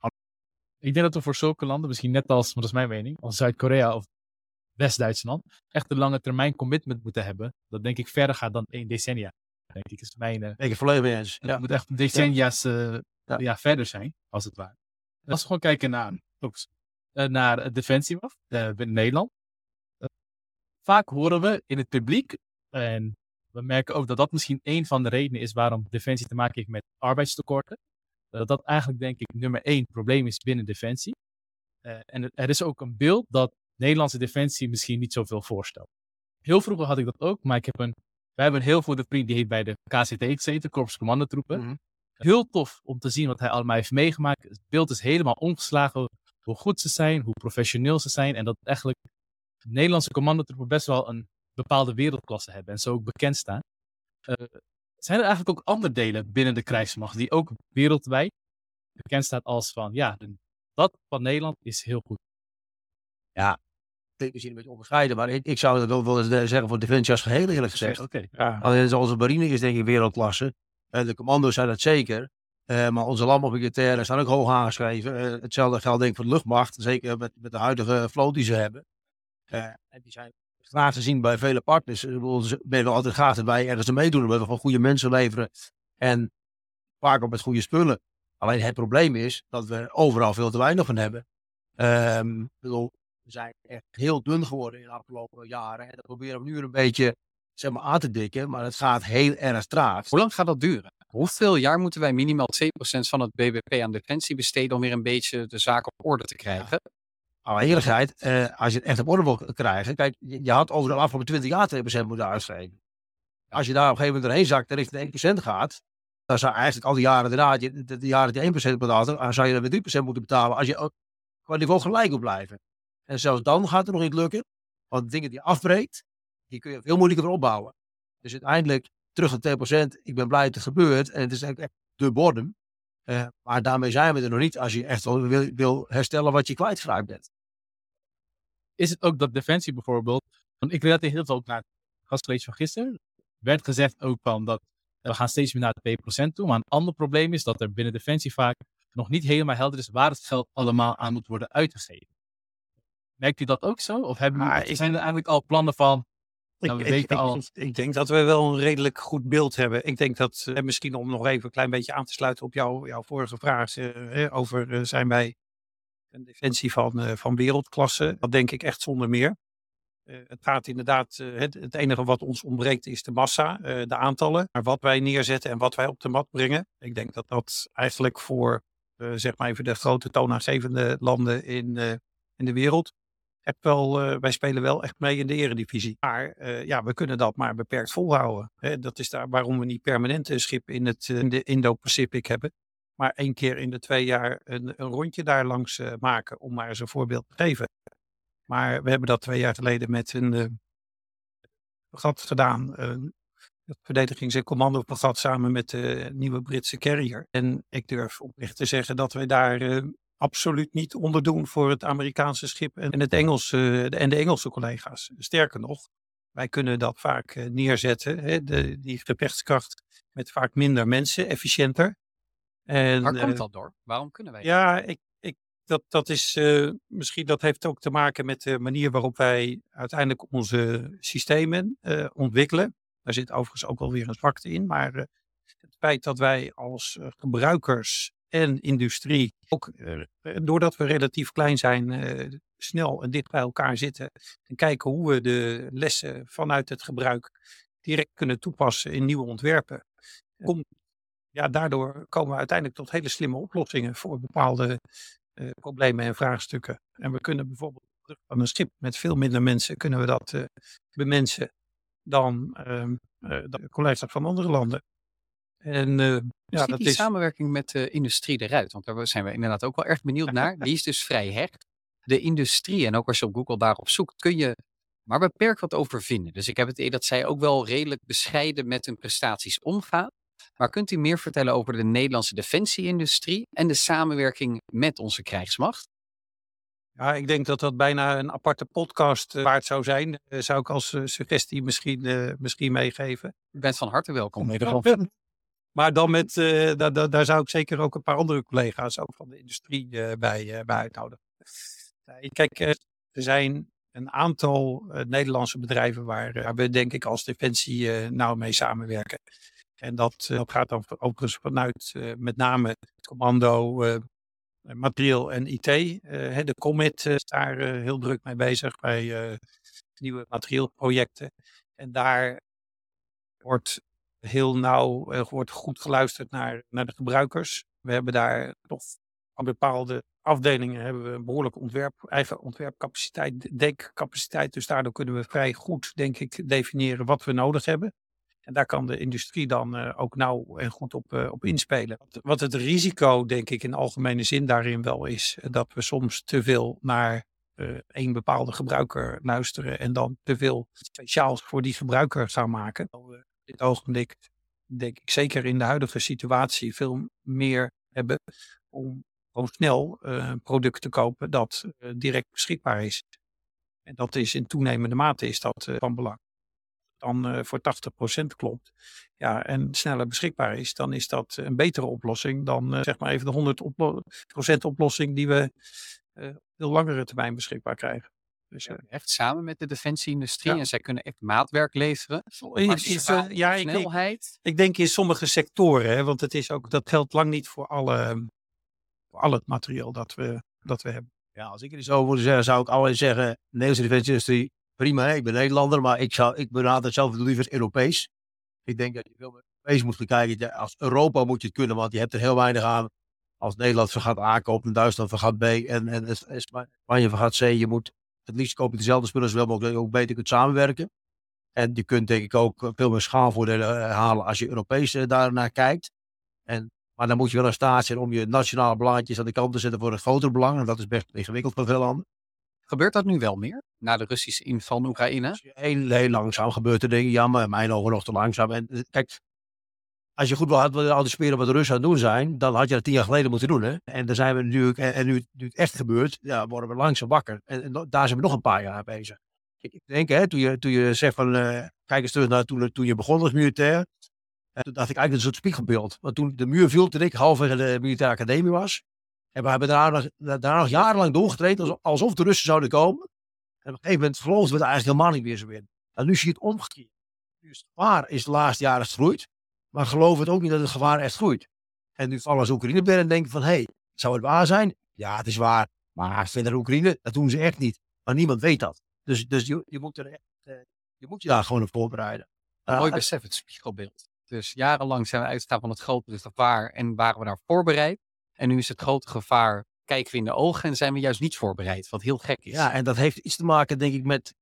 Ik denk dat we voor zulke landen, misschien net als, maar dat is mijn mening, als Zuid-Korea of West-Duitsland, echt een lange termijn commitment moeten hebben. Dat denk ik verder gaat dan één decennia. Denk ik, is mijn... Uh, ben ik het volledig mee eens. Ja. Het moet echt decennia's uh, ja. Ja, verder zijn, als het ware. Als we gewoon kijken naar... Oops, naar Defensie af, uh, binnen Nederland. Uh, vaak horen we in het publiek, en we merken ook dat dat misschien een van de redenen is waarom Defensie te maken heeft met arbeidstekorten. Dat dat eigenlijk denk ik nummer één probleem is binnen Defensie. Uh, en er is ook een beeld dat Nederlandse Defensie misschien niet zoveel voorstelt. Heel vroeger had ik dat ook, maar ik heb een, wij hebben een heel goede vriend die heeft bij de K C T gezeten, Korps Commandotroepen. Mm-hmm. Heel tof om te zien wat hij allemaal heeft meegemaakt. Het beeld is helemaal omgeslagen. Hoe goed ze zijn, hoe professioneel ze zijn. En dat eigenlijk Nederlandse commandotroepen best wel een bepaalde wereldklasse hebben. En zo ook bekend staan. Uh, zijn er eigenlijk ook andere delen binnen de krijgsmacht die ook wereldwijd bekend staat als van ja, dat van Nederland is heel goed. Ja, klinkt misschien een beetje onbescheiden, maar ik, ik zou dat wel willen zeggen voor Defensie als geheel eerlijk gezegd. Okay. Ja. Alleen zoals de marine is denk ik wereldklasse. En de commando's zijn dat zeker. Uh, maar onze landmachtmilitairen staan ook hoog aangeschreven. Uh, hetzelfde geldt denk ik voor de luchtmacht. Zeker met, met de huidige vloot die ze hebben. Uh, en die zijn graag te zien bij vele partners. Ik bedoel, ze ben wel altijd graag dat wij ergens aan meedoen. Dat we gewoon goede mensen leveren. En vaak ook met goede spullen. Alleen het probleem is dat we overal veel te weinig van hebben. Um, ik bedoel, we zijn echt heel dun geworden in de afgelopen jaren. En dat proberen we nu een beetje zeg maar, aan te dikken. Maar het gaat heel erg traag. Hoe lang gaat dat duren? Hoeveel jaar moeten wij minimaal twee procent van het B B P aan defensie besteden om weer een beetje de zaak op orde te krijgen? Ja. Alle eerlijkheid, uh, als je het echt op orde wil krijgen, kijk, je, je had over de afgelopen twintig jaar twee procent moeten uitgeven. Als je daar op een gegeven moment doorheen zakt en richting één procent gaat, dan zou eigenlijk al die jaren daarna, de, de, de jaren die één procent betaalde, dan zou je dan weer drie procent moeten betalen als je qua niveau gelijk wil blijven. En zelfs dan gaat het nog niet lukken, want dingen die je afbreekt, die kun je veel moeilijker weer opbouwen. Dus uiteindelijk terug naar twee procent, ik ben blij dat het gebeurt en het is eigenlijk echt de bodem. Uh, maar daarmee zijn we er nog niet als je echt wil, wil herstellen wat je kwijtgeraakt bent. Is het ook dat Defensie bijvoorbeeld, want ik relateer heel veel ook naar het gastcollege van gisteren, werd gezegd ook van dat we gaan steeds meer naar het twee procent toe, maar een ander probleem is dat er binnen Defensie vaak nog niet helemaal helder is waar het geld allemaal aan moet worden uitgegeven. Merkt u dat ook zo? Of hebben u, ah, ik, zijn er eigenlijk al plannen van Nou, ik, ik, al... ik, ik denk dat we wel een redelijk goed beeld hebben. Ik denk dat, uh, misschien om nog even een klein beetje aan te sluiten op jou, jouw vorige vraag uh, over uh, zijn wij een defensie van, uh, van wereldklasse. Dat denk ik echt zonder meer. Uh, het gaat inderdaad, uh, het, het enige wat ons ontbreekt is de massa, uh, de aantallen. Maar wat wij neerzetten en wat wij op de mat brengen. Ik denk dat dat eigenlijk voor uh, zeg maar even de grote toonaangevende landen in, uh, in de wereld. Heb wel, uh, wij spelen wel echt mee in de eredivisie. Maar uh, ja, we kunnen dat maar beperkt volhouden. Hè? Dat is daar waarom we niet permanent een schip in, het, in de Indo-Pacific hebben. Maar één keer in de twee jaar een, een rondje daar langs uh, maken. Om maar eens een voorbeeld te geven. Maar we hebben dat twee jaar geleden met een uh, gat gedaan. Uh, het verdedigings- en commandopagat samen met de nieuwe Britse carrier. En ik durf oprecht te zeggen dat wij daar... Uh, absoluut niet onderdoen voor het Amerikaanse schip en het Engelse, en de Engelse collega's. Sterker nog, wij kunnen dat vaak uh, neerzetten, hè, de, die gevechtskracht met vaak minder mensen, efficiënter. En, Waar komt uh, dat door? Waarom kunnen wij Ja, ik, ik, dat, dat is uh, misschien dat heeft ook te maken met de manier waarop wij uiteindelijk onze systemen uh, ontwikkelen. Daar zit overigens ook wel weer een zwakte in, maar uh, het feit dat wij als uh, gebruikers en industrie, ook uh, doordat we relatief klein zijn, uh, snel en dicht bij elkaar zitten en kijken hoe we de lessen vanuit het gebruik direct kunnen toepassen in nieuwe ontwerpen. Kom, ja, daardoor komen we uiteindelijk tot hele slimme oplossingen voor bepaalde uh, problemen en vraagstukken. En we kunnen bijvoorbeeld van een schip met veel minder mensen kunnen we dat uh, bemensen dan uh, uh, de collega's van andere landen. En uh, Hoe ja, ziet dat die is. samenwerking met de industrie eruit? Want daar zijn we inderdaad ook wel erg benieuwd naar. Die is dus vrij hecht. De industrie, en ook als je op Google daarop zoekt, kun je maar beperkt wat over vinden. Dus ik heb het idee dat zij ook wel redelijk bescheiden met hun prestaties omgaan. Maar kunt u meer vertellen over de Nederlandse defensie-industrie en de samenwerking met onze krijgsmacht? Ja, ik denk dat dat bijna een aparte podcast uh, waard zou zijn. Uh, zou ik als uh, suggestie misschien, uh, misschien meegeven. U bent van harte welkom. Maar dan met, uh, da, da, daar zou ik zeker ook een paar andere collega's ook van de industrie uh, bij, uh, bij uitnodigen. Uh, kijk, uh, er zijn een aantal uh, Nederlandse bedrijven waar, uh, waar we denk ik als defensie uh, nauw mee samenwerken. En dat, uh, dat gaat dan ook eens vanuit uh, met name het commando, uh, materieel en I T. Uh, de Commit uh, is daar uh, heel druk mee bezig bij uh, nieuwe materieelprojecten. En daar wordt heel nauw, uh, wordt goed geluisterd naar, naar de gebruikers. We hebben daar toch aan bepaalde afdelingen hebben we een behoorlijke ontwerp, eigen ontwerpcapaciteit, denkcapaciteit. Dus daardoor kunnen we vrij goed, denk ik, definiëren wat we nodig hebben. En daar kan de industrie dan uh, ook nauw en goed op, uh, op inspelen. Wat het risico, denk ik, in algemene zin daarin wel is, dat we soms te veel naar uh, één bepaalde gebruiker luisteren en dan te veel speciaals voor die gebruiker gaan maken. Op dit ogenblik, denk ik, zeker in de huidige situatie, veel meer hebben om gewoon snel uh, een product te kopen dat uh, direct beschikbaar is. En dat is in toenemende mate is dat uh, van belang. Dan uh, voor tachtig procent klopt, ja, en sneller beschikbaar is, dan is dat een betere oplossing dan uh, zeg maar even de honderd procent oplossing die we uh, op veel langere termijn beschikbaar krijgen. Dus, uh, echt samen met de defensie-industrie ja. En zij kunnen echt maatwerk leveren. In, in, in, ja, snelheid. Ik, ik denk in sommige sectoren, hè, want het is ook, dat geldt lang niet voor, alle, voor al het materieel dat we, dat we hebben. Ja, als ik er zo moet zeggen, zou ik alleen zeggen, de Nederlandse defensie-industrie, prima, hè? Ik ben Nederlander, maar ik, zou, ik benadert zelf liever Europees. Ik denk dat je veel meer Europees moet gaan kijken. Als Europa moet je het kunnen, want je hebt er heel weinig aan. Als Nederland vergaat A koopt en Duitsland vergaat B en, en Spanje vergaat C. Je moet het liefst kopen dezelfde spullen, zodat je ook, ook beter kunt samenwerken. En je kunt denk ik ook veel meer schaalvoordelen halen als je Europees daarnaar kijkt. En, maar dan moet je wel in staat zijn om je nationale belangetjes aan de kant te zetten voor het grotere belang. En dat is best ingewikkeld voor veel landen. Gebeurt dat nu wel meer, na de Russische inval in Oekraïne? Heel, heel langzaam gebeurt er dingen, ja, maar in mijn ogen nog te langzaam. En kijk, als je goed wil anticiperen wat de Russen aan het doen zijn, dan had je dat tien jaar geleden moeten doen. Hè? En daar zijn we natuurlijk, en, en nu, nu het echt gebeurt, ja, worden we langzaam wakker. En, en daar zijn we nog een paar jaar bezig. Ik, ik denk, hè, toen je, toen je zegt van, uh, kijk eens terug naar toen, toen je begon als militair, en toen dacht ik eigenlijk een soort spiegelbeeld. Want toen de muur viel, toen ik halverwege de militaire academie was, en we hebben daar nog, daar nog jarenlang doorgetreden, alsof de Russen zouden komen. En op een gegeven moment geloofden we het eigenlijk helemaal niet meer zo in. En nu zie je het omgekeerd. Nu is het gevaar is de laatste jaren gegroeid, maar geloven het ook niet dat het gevaar echt groeit. En nu vallen ze Oekraïne binnen en denken van, hé, hey, zou het waar zijn? Ja, het is waar. Maar verder Oekraïne, dat doen ze echt niet. Maar niemand weet dat. Dus, dus je, je, moet er echt, uh, je moet je daar gewoon op voorbereiden. Uh, Mooi besef, het spiegelbeeld. Dus jarenlang zijn we uitgestaan van het grote gevaar en waren we daar voorbereid. En nu is het grote gevaar, kijken we in de ogen en zijn we juist niet voorbereid. Wat heel gek is. Ja, en dat heeft iets te maken, denk ik, met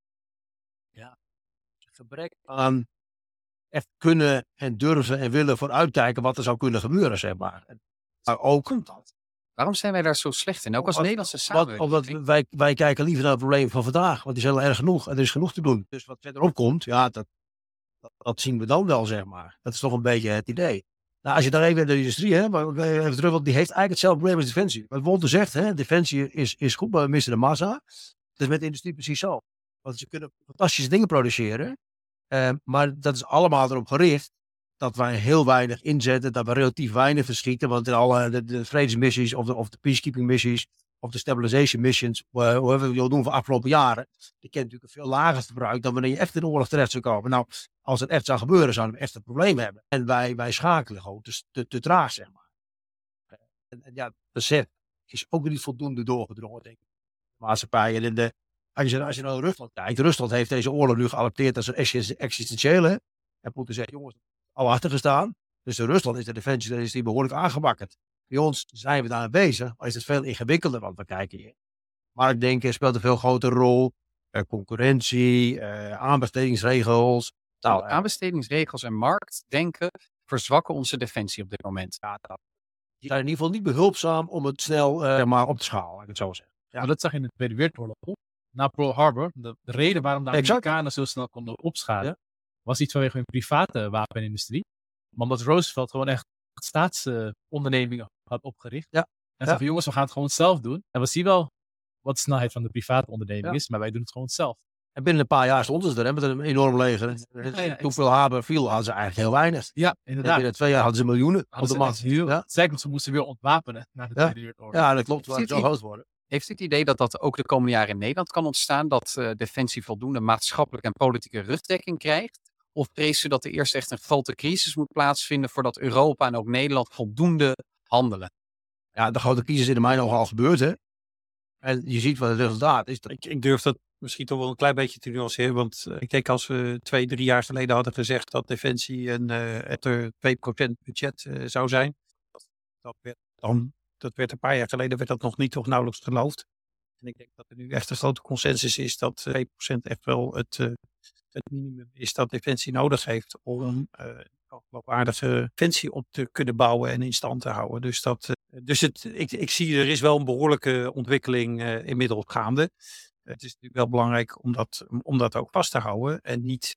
ja, gebrek aan echt kunnen en durven en willen vooruitkijken wat er zou kunnen gebeuren, zeg maar. Maar ook komt dat. Waarom zijn wij daar zo slecht in? Ook als Nederlandse samenwerking. Omdat wij, wij kijken liever naar het probleem van vandaag. Want die is heel erg genoeg. En er is genoeg te doen. Dus wat verderop komt, ja, dat, dat, dat zien we dan wel, zeg maar. Dat is toch een beetje het idee. Nou, als je daar even naar de industrie, hè, maar even terug, want die heeft eigenlijk hetzelfde probleem als Defensie. Wat Wolter zegt, hè, Defensie is, is goed, maar we missen de massa. Dat is met de industrie precies zo. Want ze kunnen fantastische dingen produceren. Uh, maar dat is allemaal erop gericht dat wij heel weinig inzetten, dat we relatief weinig verschieten. Want in alle de, de vredesmissies of de, of de peacekeeping missies of de stabilization missions, uh, hoe we het doen voor de afgelopen jaren, die kennen natuurlijk een veel lager verbruik dan wanneer je echt in de oorlog terecht zou komen. Nou, als het echt zou gebeuren, zouden we echt een probleem hebben. En wij, wij schakelen gewoon te, te, te traag, zeg maar. En, en ja, het besef is ook niet voldoende doorgedrongen, denk ik. De maatschappij en in de Als je, als je naar Rusland kijkt, Rusland heeft deze oorlog nu geadopteerd als een existentiële. En Poetin zegt, jongens, al achter gestaan. Dus in Rusland is de defensie is die behoorlijk aangebakkerd. Bij ons zijn we daar bezig, maar is het veel ingewikkelder, want we kijken hier. Marktdenken speelt een veel grotere rol. Uh, concurrentie, uh, aanbestedingsregels. Nou, aanbestedingsregels en marktdenken verzwakken onze defensie op dit moment. Ja, die zijn in ieder geval niet behulpzaam om het snel uh, maar op te schalen, laat ik het zo zeggen. Ja. Maar dat zag je in de Tweede Wereldoorlog. Na Pearl Harbor, de, de reden waarom de Amerikanen zo snel konden opschalen, ja. was niet vanwege hun private wapenindustrie, maar omdat Roosevelt gewoon echt staatsondernemingen uh, had opgericht. Ja. En zei van jongens, we gaan het gewoon zelf doen. En we zien wel wat de snelheid van de private onderneming ja. is, maar wij doen het gewoon zelf. En binnen een paar jaar stonden ze er, hè, met een enorm leger. Ja, ja, toen Pearl Harbor viel, hadden ze eigenlijk heel weinig. Ja, inderdaad. En binnen twee jaar hadden ze miljoenen hadden op de markt. Ja. Zeker, ze moesten weer ontwapenen na de Tweede Wereldoorlog. Ja, dat klopt. Het zo groot worden. Heeft u het idee dat dat ook de komende jaren in Nederland kan ontstaan? Dat uh, Defensie voldoende maatschappelijke en politieke rugdekking krijgt? Of vreest u dat er eerst echt een grote crisis moet plaatsvinden voordat Europa en ook Nederland voldoende handelen? Ja, de grote crisis is in mijn ogen al gebeurd, hè. En je ziet wat het resultaat is. Ik, ik durf dat misschien toch wel een klein beetje te nuanceren. Want uh, ik denk als we twee, drie jaar geleden hadden gezegd dat Defensie een uh, twee procent budget uh, zou zijn. Dat, dat werd dan... Dat werd een paar jaar geleden werd dat nog niet toch nauwelijks geloofd. En ik denk dat er nu echt een grote consensus is dat twee procent echt wel het, uh, het minimum is dat Defensie nodig heeft om uh, een geloofwaardige defensie op te kunnen bouwen en in stand te houden. Dus, dat, uh, dus het, ik, ik zie er is wel een behoorlijke ontwikkeling uh, inmiddels gaande. Uh, het is natuurlijk wel belangrijk om dat, om dat ook vast te houden en niet,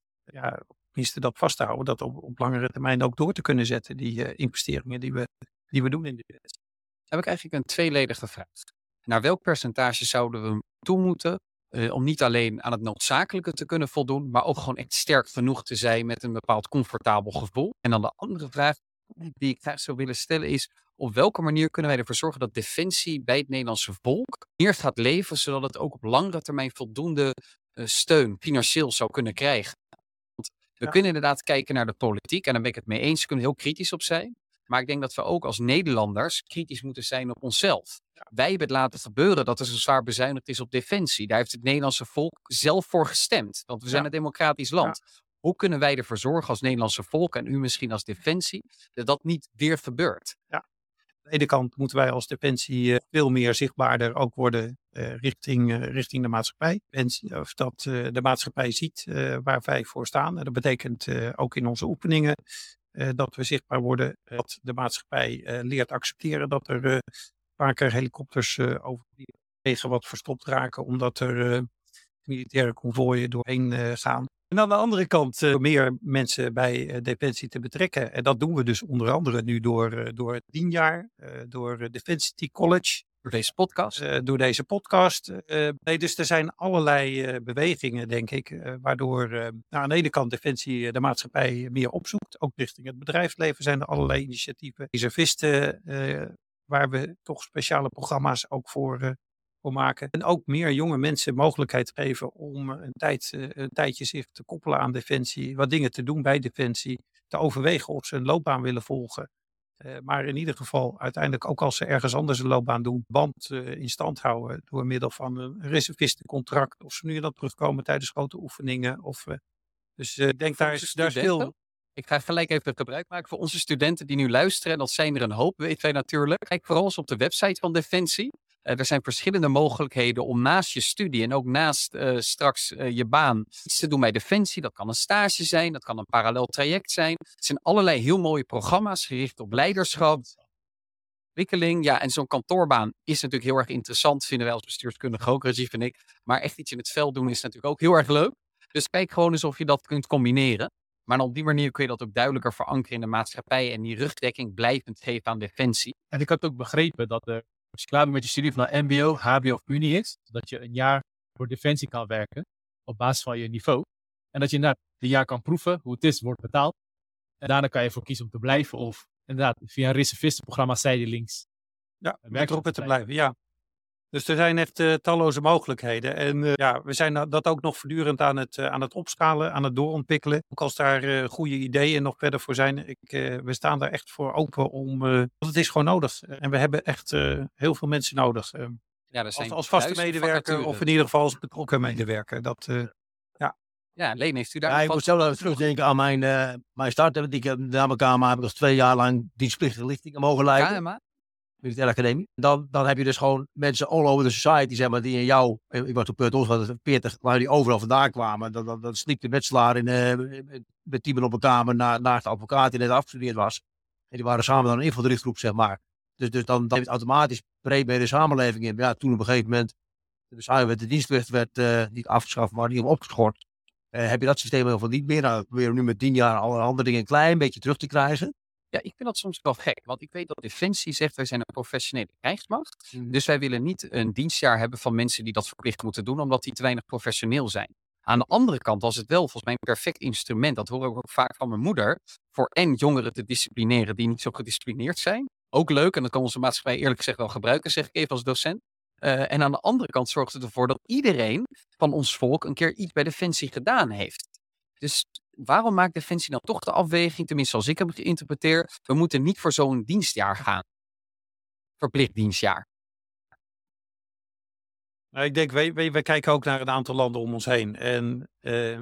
ja, tenminste dat vast te houden, dat op, op langere termijn ook door te kunnen zetten, die uh, investeringen die we, die we doen in de defensie. Heb ik eigenlijk een tweeledige vraag. Naar welk percentage zouden we toe moeten uh, om niet alleen aan het noodzakelijke te kunnen voldoen, maar ook gewoon echt sterk genoeg te zijn met een bepaald comfortabel gevoel? En dan de andere vraag die ik graag zou willen stellen is, op welke manier kunnen wij ervoor zorgen dat defensie bij het Nederlandse volk meer gaat leven, zodat het ook op langere termijn voldoende uh, steun financieel zou kunnen krijgen? Want we ja. kunnen inderdaad kijken naar de politiek en daar ben ik het mee eens, we kunnen heel kritisch op zijn. Maar ik denk dat we ook als Nederlanders kritisch moeten zijn op onszelf. Wij hebben het laten gebeuren dat er zo zwaar bezuinigd is op defensie. Daar heeft het Nederlandse volk zelf voor gestemd. Want we zijn ja. een democratisch land. Ja. Hoe kunnen wij ervoor zorgen als Nederlandse volk en u misschien als defensie, dat dat niet weer gebeurt? Ja. Aan de ene kant moeten wij als defensie uh, veel meer zichtbaarder ook worden uh, richting, uh, richting de maatschappij. En of dat uh, de maatschappij ziet uh, waar wij voor staan. En dat betekent uh, ook in onze oefeningen. Uh, dat we zichtbaar worden, uh, dat de maatschappij uh, leert accepteren dat er uh, vaker helikopters uh, over die wegen wat verstopt raken, omdat er uh, militaire konvooien doorheen uh, gaan. En aan de andere kant uh, meer mensen bij uh, Defensie te betrekken. En dat doen we dus onder andere nu door, uh, door het dienjaar, uh, door uh, Defensie College. Door deze podcast? Uh, door deze podcast. Uh, nee, dus er zijn allerlei uh, bewegingen, denk ik, uh, waardoor uh, nou, aan de ene kant Defensie uh, de maatschappij meer opzoekt. Ook richting het bedrijfsleven zijn er allerlei initiatieven. Reservisten, uh, waar we toch speciale programma's ook voor, uh, voor maken. En ook meer jonge mensen mogelijkheid geven om een, tijd, uh, een tijdje zich te koppelen aan Defensie. Wat dingen te doen bij Defensie. Te overwegen of ze een loopbaan willen volgen. Uh, maar in ieder geval uiteindelijk ook als ze ergens anders een loopbaan doen, band uh, in stand houden door middel van een reservistencontract. Of ze nu dan terugkomen tijdens grote oefeningen. Of, uh, dus ik uh, denk daar is, daar is veel... Ik ga gelijk even gebruik maken voor onze studenten die nu luisteren. En dat zijn er een hoop, weten wij natuurlijk. Kijk vooral eens op de website van Defensie. Uh, er zijn verschillende mogelijkheden om naast je studie en ook naast uh, straks uh, je baan iets te doen bij Defensie. Dat kan een stage zijn, dat kan een parallel traject zijn. Het zijn allerlei heel mooie programma's gericht op leiderschap, ontwikkeling. Ja, en zo'n kantoorbaan is natuurlijk heel erg interessant, vinden wij als bestuurskundige ook, Rajiv en ik. Maar echt iets in het veld doen is natuurlijk ook heel erg leuk. Dus kijk gewoon eens of je dat kunt combineren. Maar op die manier kun je dat ook duidelijker verankeren in de maatschappij en die rugdekking blijvend geven aan Defensie. En ik had ook begrepen dat er, als je klaar bent met je studie van een M B O, H B O of Unie is, dat je een jaar voor Defensie kan werken op basis van je niveau. En dat je inderdaad een jaar kan proeven hoe het is, wordt betaald. En daarna kan je ervoor kiezen om te blijven of inderdaad via een reservistenprogramma zijdelings Ja, werk werkgroepen te blijven, ja. Dus er zijn echt uh, talloze mogelijkheden. En uh, ja, we zijn dat ook nog voortdurend aan het, uh, aan het opschalen, aan het doorontwikkelen. Ook als daar uh, goede ideeën nog verder voor zijn. Ik, uh, we staan daar echt voor open om, uh, want het is gewoon nodig. En we hebben echt uh, heel veel mensen nodig. Uh, ja, er zijn als, als vaste medewerker of in ieder geval als betrokken medewerker. Dat, uh, ja. Ja, Leen, heeft u daar Ja, nog ik wat- moet zelf even terugdenken aan mijn, uh, mijn start. Want ik heb na mijn kamer heb ik als twee jaar lang dienstplichtige lichtingen mogen leiden. K M A? Militaire Academie. Dan, dan heb je dus gewoon mensen all over the society, zeg maar, die in jou, ik was op Peutos, wat het veertig, waar die overal vandaan kwamen. Dan, dan, dan sliep de metselaar in, uh, met tien man op een kamer na, naast de advocaat die net afgestudeerd was. En die waren samen dan een infodrichtgroep, zeg maar. Dus, dus dan, dan heeft het automatisch breed bij de samenleving in. Ja, toen op een gegeven moment, dus werd de dienstplicht werd uh, niet afgeschaft, maar niet opgeschort. Uh, heb je dat systeem heel veel niet meer. Nou, we proberen nu met tien jaar alle andere dingen een klein beetje terug te krijgen. Ja, ik vind dat soms wel gek. Want ik weet dat Defensie zegt, wij zijn een professionele krijgsmacht. Mm. Dus wij willen niet een dienstjaar hebben van mensen die dat verplicht moeten doen, omdat die te weinig professioneel zijn. Aan de andere kant was het wel volgens mij een perfect instrument, dat hoor ik ook vaak van mijn moeder, voor en jongeren te disciplineren die niet zo gedisciplineerd zijn. Ook leuk, en dat kan onze maatschappij eerlijk gezegd wel gebruiken, zeg ik even als docent. Uh, en aan de andere kant zorgt het ervoor dat iedereen van ons volk een keer iets bij Defensie gedaan heeft. Dus waarom maakt Defensie dan toch de afweging, tenminste als ik hem geïnterpreteer, we moeten niet voor zo'n dienstjaar gaan. Verplicht dienstjaar. Nou, ik denk, wij, wij, wij kijken ook naar een aantal landen om ons heen. En uh,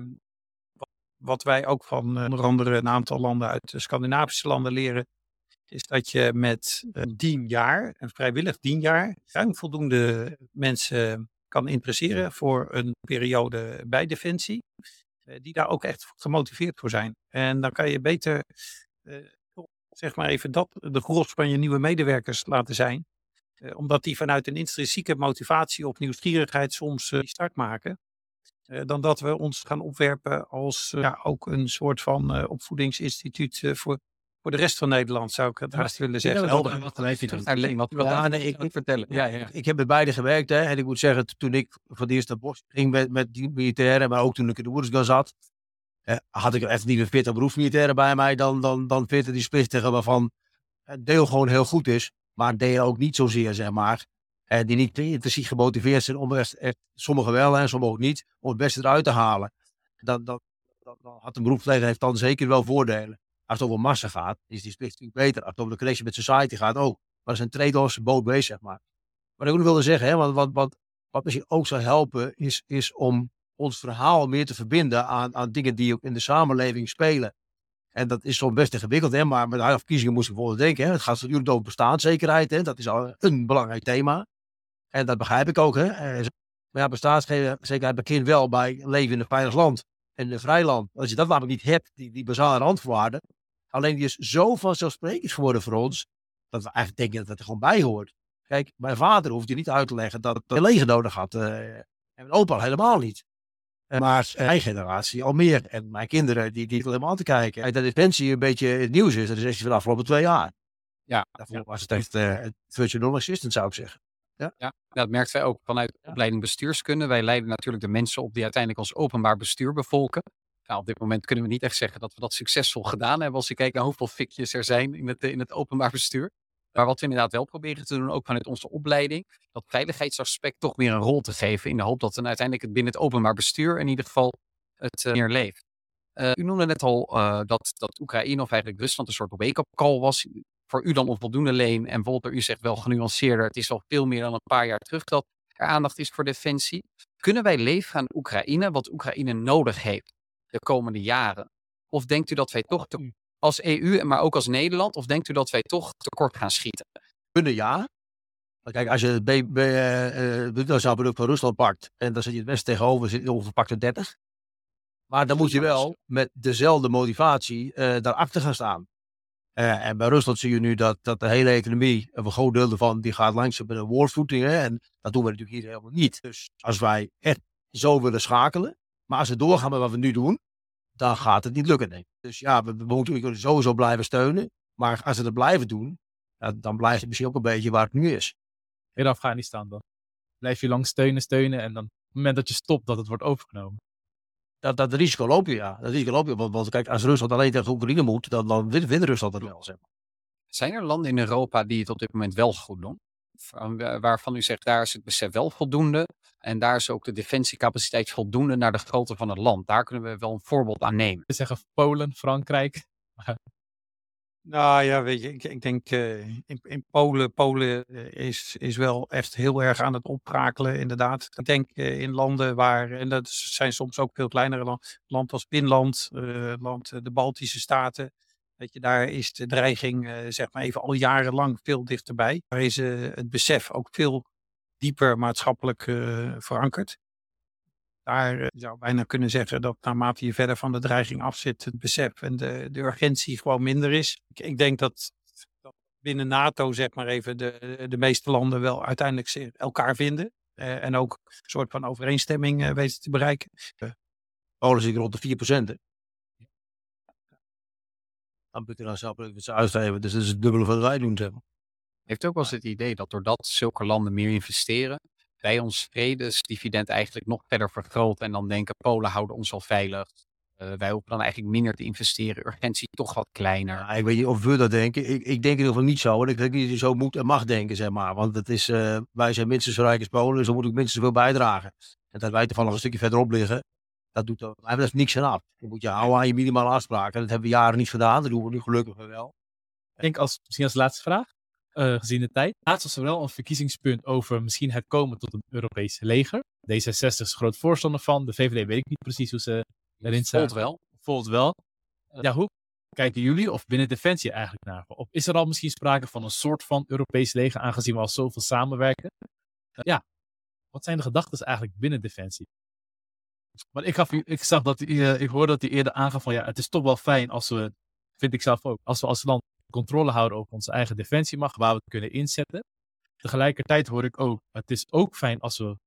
wat wij ook van uh, onder andere een aantal landen uit de Scandinavische landen leren, is dat je met een dienjaar, een vrijwillig dienjaar, ruim voldoende mensen kan interesseren voor een periode bij Defensie, uh, die daar ook echt gemotiveerd voor zijn. En dan kan je beter, uh, zeg maar even dat, de gros van je nieuwe medewerkers laten zijn. Uh, omdat die vanuit een intrinsieke motivatie of nieuwsgierigheid soms uh, die start maken. Uh, dan dat we ons gaan opwerpen als uh, ja, ook een soort van uh, opvoedingsinstituut uh, voor, voor de rest van Nederland, zou ik het haast willen zeggen. Ja, Helder. wat dan heeft hij Terug dan? naar Leen, wat u Ja, wat nee, ik- ik vertellen. Ja, ja, ja. Ik heb met beide gewerkt, hè, en ik moet zeggen, t- toen ik voor het eerst naar Bos ging met, met die militairen, maar ook toen ik in de Oersgan zat, eh, had ik echt niet meer veertig beroepsmilitairen bij mij dan, dan, dan veertig die splichtigen waarvan het deel gewoon heel goed is, maar deel ook niet zozeer, zeg maar. En die niet intrinsiek gemotiveerd zijn om echt, echt, sommigen wel en sommigen ook niet, om het beste eruit te halen. Dan, dan, dan, dan had een beroepsleger heeft dan zeker wel voordelen. Als het over massa gaat, is die splicht natuurlijk beter. Als het over de connection met society gaat ook. Maar dat is een trade-offs, both ways, zeg maar. Wat ik ook nog wilde zeggen, hè, want wat, wat, wat misschien ook zou helpen, is, is om ons verhaal meer te verbinden aan, aan dingen die ook in de samenleving spelen. En dat is soms best ingewikkeld, hè, maar met de verkiezingen moest ik bijvoorbeeld denken. Hè, het gaat natuurlijk over bestaanszekerheid, hè, dat is al een belangrijk thema. En dat begrijp ik ook. Hè. Eh, Maar ja, bestaanszekerheid begint wel bij leven in een veilig land en in een vrij land. Als je dat namelijk niet hebt, die, die basale randvoorwaarden, alleen die is zo vanzelfsprekend geworden voor ons, dat we eigenlijk denken dat het er gewoon bij hoort. Kijk, mijn vader hoeft je niet uit te leggen dat het een leger nodig had. Uh, en mijn opa al helemaal niet. Uh, maar uh, mijn generatie al meer. En mijn kinderen, die, die helemaal aan te kijken. En dat Defensie een beetje het nieuws is, dat is echt van de afgelopen twee jaar. Ja. Daarvoor ja. was het echt uh, virtual non-existent, zou ik zeggen. Ja, ja, dat merken wij ook vanuit de Ja. opleiding bestuurskunde. Wij leiden natuurlijk de mensen op die uiteindelijk ons openbaar bestuur bevolken. Nou, op dit moment kunnen we niet echt zeggen dat we dat succesvol gedaan hebben als je kijkt naar hoeveel fikjes er zijn in het, in het openbaar bestuur. Maar wat we inderdaad wel proberen te doen, ook vanuit onze opleiding, dat veiligheidsaspect toch meer een rol te geven in de hoop dat dan uiteindelijk het binnen het openbaar bestuur in ieder geval het uh, meer leeft. Uh, u noemde net al uh, dat, dat Oekraïne of eigenlijk Rusland een soort wake-up call was. Voor u dan onvoldoende, Leen, en Wolter, u zegt wel genuanceerder. Het is al veel meer dan een paar jaar terug dat er aandacht is voor defensie. Kunnen wij leveren aan Oekraïne wat Oekraïne nodig heeft de komende jaren? Of denkt u dat wij toch te, als E U, maar ook als Nederland, of denkt u dat wij toch tekort gaan schieten? Kunnen ja. Kijk, als je het bruttonationaal van Rusland pakt en dan zit je het Westen tegenover, zit je ongeveer pakt er dertig. Maar dan moet je wel met dezelfde motivatie uh, daarachter gaan staan. Uh, en bij Rusland zie je nu dat, dat de hele economie, of een groot deel ervan, die gaat langzaam met een warfooting. Hè, en dat doen we natuurlijk hier helemaal niet. Dus als wij echt zo willen schakelen, maar als we doorgaan met wat we nu doen, dan gaat het niet lukken. Nee. Dus ja, we, we moeten sowieso blijven steunen. Maar als we dat blijven doen, ja, dan blijft het misschien ook een beetje waar het nu is. In Afghanistan dan. Blijf je lang steunen, steunen en dan het moment dat je stopt, dat het wordt overgenomen. Dat, dat risico loop je, ja. Dat risico loop je. Want, want kijk, als Rusland alleen tegen Oekraïne moet, dan, dan wint, wint Rusland het wel, zeg maar. Zijn er landen in Europa die het op dit moment wel goed doen? Van, eh, Waarvan u zegt, daar is het besef wel voldoende. En daar is ook de defensiecapaciteit voldoende naar de grootte van het land. Daar kunnen we wel een voorbeeld aan nemen. We zeggen Polen, Frankrijk. Nou ja, weet je, ik, ik denk uh, in, in Polen, Polen uh, is, is wel echt heel erg aan het oprakelen, inderdaad. Ik denk uh, in landen waar, en dat zijn soms ook veel kleinere landen, land als Finland, uh, land, uh, de Baltische Staten. Weet je, daar is de dreiging, uh, zeg maar even al jarenlang veel dichterbij. Daar is uh, het besef ook veel dieper maatschappelijk uh, verankerd. Daar uh, zou je bijna kunnen zeggen dat naarmate je verder van de dreiging af zit, het besef en de, de urgentie gewoon minder is. Ik, ik denk dat, dat binnen NATO, zeg maar even, de, de meeste landen wel uiteindelijk elkaar vinden. Uh, en ook een soort van overeenstemming uh, weten te bereiken. Uh. Polen zit rond de vier procent. Dan moet je dan zelf wat ze uitgeven. Dus dat is het dubbele van wat wij doen. Zeg maar. Heeft ook wel eens het idee dat doordat zulke landen meer investeren, wij ons vredesdividend eigenlijk nog verder vergroten en dan denken Polen houden ons al veilig. Uh, wij hoeven dan eigenlijk minder te investeren. Urgentie toch wat kleiner. Ja, ik weet niet of we dat denken. Ik, ik denk in ieder geval niet zo. En ik denk niet dat je zo moet en mag denken, zeg maar. Want het is, uh, wij zijn minstens zo rijk als Polen, dus dan moet ik minstens zoveel bijdragen. En dat wij toevallig een stukje verderop liggen, dat doet er dat is niks aan af. Je moet je houden aan je minimale afspraken. Dat hebben we jaren niet gedaan. Dat doen we nu gelukkig wel. Ik denk als, misschien als laatste vraag. Uh, gezien de tijd. Laatst was er wel een verkiezingspunt over misschien het komen tot een Europees leger. D zesenzestig is groot voorstander van. De V V D weet ik niet precies hoe ze erin staan. Volt wel. Volt wel. Uh, ja, hoe kijken jullie of binnen Defensie eigenlijk naar? Of is er al misschien sprake van een soort van Europees leger, aangezien we al zoveel samenwerken? Uh, ja, wat zijn de gedachten eigenlijk binnen Defensie? Maar ik, gaf, ik zag dat uh, ik hoorde dat hij eerder aangaf van ja, het is toch wel fijn als we, vind ik zelf ook, als we als land controle houden over onze eigen defensiemacht, waar we het kunnen inzetten. Tegelijkertijd hoor ik ook, het is ook fijn als we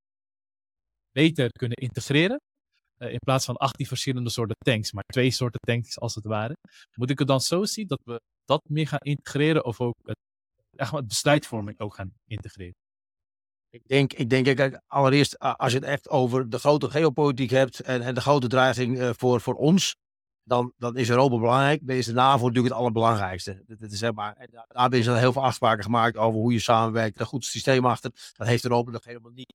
beter kunnen integreren. Uh, in plaats van achttien verschillende soorten tanks, maar twee soorten tanks als het ware. Moet ik het dan zo zien dat we dat meer gaan integreren of ook het, echt het besluitvorming ook gaan integreren? Ik denk, ik denk kijk, allereerst als je het echt over de grote geopolitiek hebt en, en de grote dreiging uh, voor, voor ons, Dan, dan is Europa belangrijk. Dan is de NAVO natuurlijk het allerbelangrijkste. Dat, dat is, zeg maar, daar hebben ze heel veel afspraken gemaakt over hoe je samenwerkt. Een goed systeem achter. Dat heeft Europa nog helemaal niet.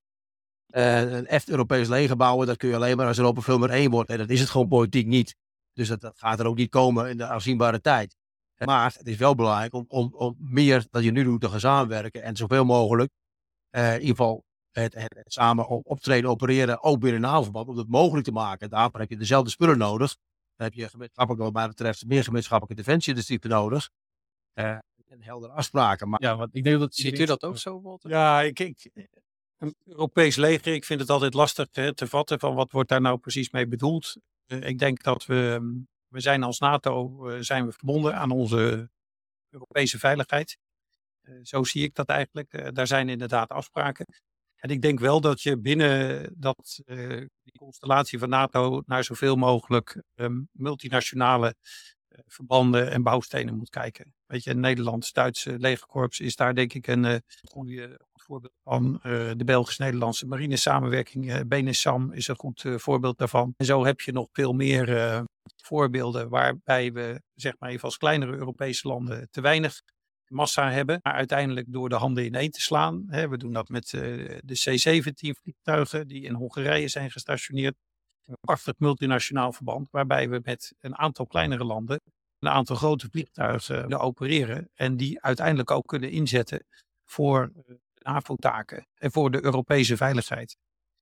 Uh, een echt Europees leger bouwen, dat kun je alleen maar als Europa veel meer één wordt. En dat is het gewoon politiek niet. Dus dat, dat gaat er ook niet komen in de afzienbare tijd. Maar het is wel belangrijk om, om, om meer dan je nu doet te gaan samenwerken. En zoveel mogelijk, uh, in ieder geval het, het, het samen optreden, opereren, ook binnen NAVO-verband, om het mogelijk te maken. Daarvoor heb je dezelfde spullen nodig. Dan heb je gemeenschappelijk, wat mij betreft, meer gemeenschappelijke defensie-industrie nodig. Uh, en heldere afspraken. Maar... Ja, want ik denk dat... Ziet u dat ook zo, Walter? Ja, ik, ik, een Europees leger, ik vind het altijd lastig hè, te vatten van wat wordt daar nou precies mee bedoeld. Uh, ik denk dat we, we zijn als NATO uh, zijn we verbonden aan onze Europese veiligheid. Uh, zo zie ik dat eigenlijk. Uh, daar zijn inderdaad afspraken. En ik denk wel dat je binnen dat, uh, die constellatie van NATO naar zoveel mogelijk um, multinationale uh, verbanden en bouwstenen moet kijken. Weet je, het Nederlands-Duitse legerkorps is daar denk ik een uh, goede goed voorbeeld van. Uh, de Belgisch-Nederlandse marine samenwerking, uh, BNSAM is een goed uh, voorbeeld daarvan. En zo heb je nog veel meer uh, voorbeelden waarbij we, zeg maar even als kleinere Europese landen, te weinig massa hebben, maar uiteindelijk door de handen ineen te slaan. Hè, we doen dat met uh, de C zeventien vliegtuigen die in Hongarije zijn gestationeerd. Een prachtig multinationaal verband waarbij we met een aantal kleinere landen een aantal grote vliegtuigen kunnen opereren en die uiteindelijk ook kunnen inzetten voor uh, NAVO-taken en voor de Europese veiligheid.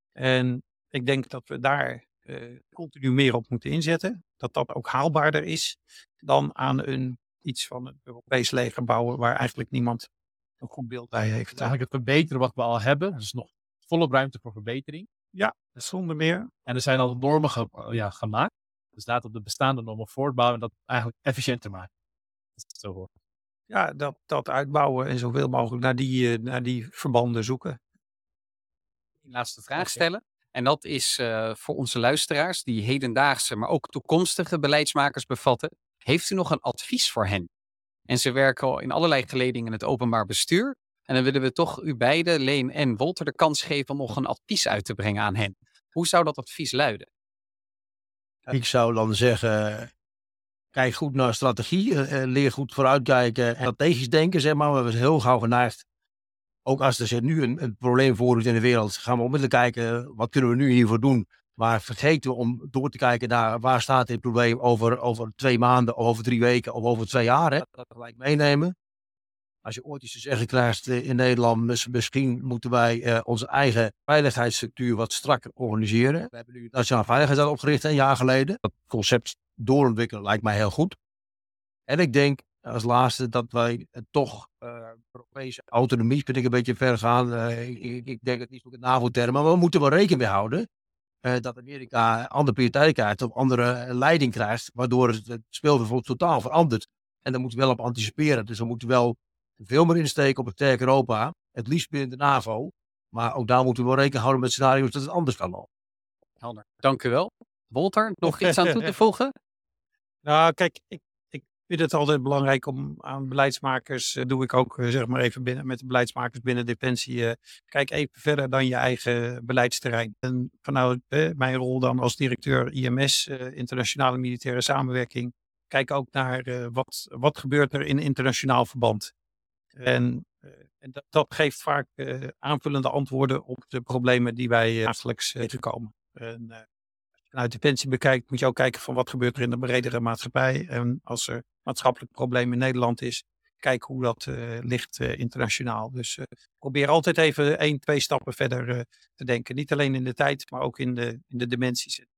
En ik denk dat we daar uh, continu meer op moeten inzetten. Dat dat ook haalbaarder is dan aan een iets van een Europees leger bouwen waar eigenlijk niemand een goed beeld bij heeft. Het is eigenlijk het verbeteren wat we al hebben. Dus nog volop ruimte voor verbetering. Ja, zonder meer. En er zijn al normen ge- ja, gemaakt. Dus laten we de bestaande normen voortbouwen en dat eigenlijk efficiënter maken. Dat is zo hoort. Ja, dat, dat uitbouwen en zoveel mogelijk naar die, uh, naar die verbanden zoeken. Een laatste vraag stellen. En dat is uh, voor onze luisteraars die hedendaagse, maar ook toekomstige beleidsmakers bevatten. Heeft u nog een advies voor hen? En ze werken al in allerlei geledingen in het openbaar bestuur. En dan willen we toch u beiden, Leen en Wolter, de kans geven om nog een advies uit te brengen aan hen. Hoe zou dat advies luiden? Ik zou dan zeggen, kijk goed naar strategie, uh, leer goed vooruitkijken en strategisch denken, zeg maar. We hebben heel gauw geneigd, ook als er zich nu een, een probleem voordoet in de wereld, gaan we onmiddellijk kijken, wat kunnen we nu hiervoor doen? Maar vergeten we om door te kijken naar waar staat dit probleem over, over twee maanden, of over drie weken, of over twee jaar. Hè? Dat gelijk meenemen. Als je ooit iets te zeggen krijgt uh, in Nederland, misschien moeten wij uh, onze eigen veiligheidsstructuur wat strakker organiseren. We hebben nu het Nationaal Veiligheidsraad opgericht een jaar geleden. Dat concept doorontwikkelen lijkt mij heel goed. En ik denk als laatste dat wij uh, toch uh, Europese autonomie, vind ik een beetje ver gaan. Uh, ik, ik denk het niet met de NAVO-termen, maar we moeten wel rekening mee houden uh, dat Amerika andere prioriteiten krijgt of andere leiding krijgt, waardoor het, het speelveld totaal verandert. En daar moeten we wel op anticiperen. Dus we moeten wel veel meer insteken op een sterk Europa, het liefst binnen de NAVO. Maar ook daar moeten we wel rekening houden met scenario's dat het anders kan lopen. Helder. Dank u wel. Wolter, nog iets aan toe te voegen? Nou, kijk, ik, ik vind het altijd belangrijk om aan beleidsmakers, uh, doe ik ook uh, zeg maar even binnen, met de beleidsmakers binnen Defensie, uh, kijk even verder dan je eigen beleidsterrein. En vanuit uh, mijn rol dan als directeur I M S, uh, Internationale Militaire Samenwerking, kijk ook naar uh, wat, wat gebeurt er in internationaal verband. En, uh, en dat, dat geeft vaak uh, aanvullende antwoorden op de problemen die wij uh, dagelijks uh, tegenkomen. En, uh, als je vanuit Defensie bekijkt, moet je ook kijken van wat gebeurt er in de bredere maatschappij. En als er maatschappelijk probleem in Nederland is, kijk hoe dat uh, ligt uh, internationaal. Dus uh, probeer altijd even één, twee stappen verder uh, te denken. Niet alleen in de tijd, maar ook in de, in de dimensies. Oké,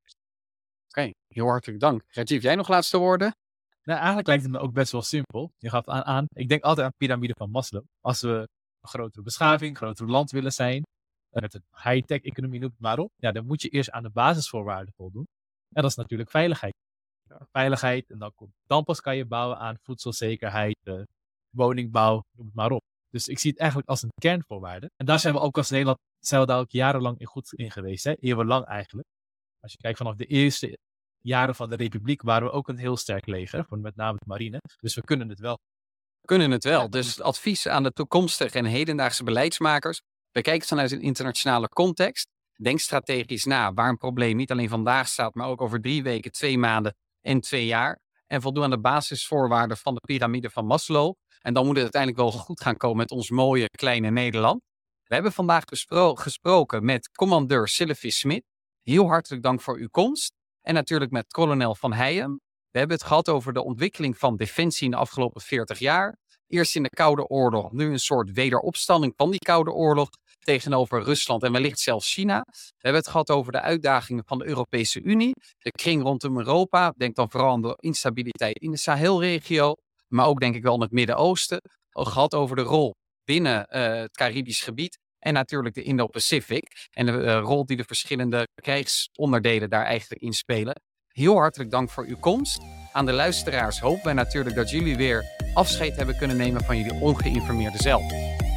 okay, heel hartelijk dank. Rajiv, jij nog laatste woorden? Nou, eigenlijk lijkt het me ook best wel simpel. Je gaf aan, aan. Ik denk altijd aan de piramide van Maslow. Als we een grotere beschaving, een groter land willen zijn, met een high-tech economie, noem het maar op, ja, dan moet je eerst aan de basisvoorwaarden voldoen. En dat is natuurlijk veiligheid. Ja, veiligheid, en dan, komt, dan pas kan je bouwen aan voedselzekerheid, uh, woningbouw, noem het maar op. Dus ik zie het eigenlijk als een kernvoorwaarde. En daar zijn we ook als Nederland, zijn we daar ook jarenlang in goed in geweest. Hè? Eeuwenlang eigenlijk. Als je kijkt vanaf de eerste jaren van de Republiek waren we ook een heel sterk leger, met name de marine. Dus we kunnen het wel. We kunnen het wel. Dus het advies aan de toekomstige en hedendaagse beleidsmakers: bekijk het vanuit een internationale context. Denk strategisch na waar een probleem niet alleen vandaag staat, maar ook over drie weken, twee maanden en twee jaar. En voldoen aan de basisvoorwaarden van de piramide van Maslow. En dan moet het uiteindelijk wel goed gaan komen met ons mooie kleine Nederland. We hebben vandaag bespro- gesproken met commandeur Sylvis Smit. Heel hartelijk dank voor uw komst. En natuurlijk met kolonel Van Heijem. We hebben het gehad over de ontwikkeling van Defensie in de afgelopen veertig jaar. Eerst in de Koude Oorlog, nu een soort wederopstanding van die Koude Oorlog tegenover Rusland en wellicht zelfs China. We hebben het gehad over de uitdagingen van de Europese Unie, de kring rondom Europa. Denk dan vooral aan de instabiliteit in de Sahelregio, maar ook denk ik wel in het Midden-Oosten. Ook gehad over de rol binnen uh, het Caribisch gebied en natuurlijk de Indo-Pacific en de uh, rol die de verschillende krijgsonderdelen daar eigenlijk in spelen. Heel hartelijk dank voor uw komst. Aan de luisteraars hopen wij natuurlijk dat jullie weer afscheid hebben kunnen nemen van jullie ongeïnformeerde zelf.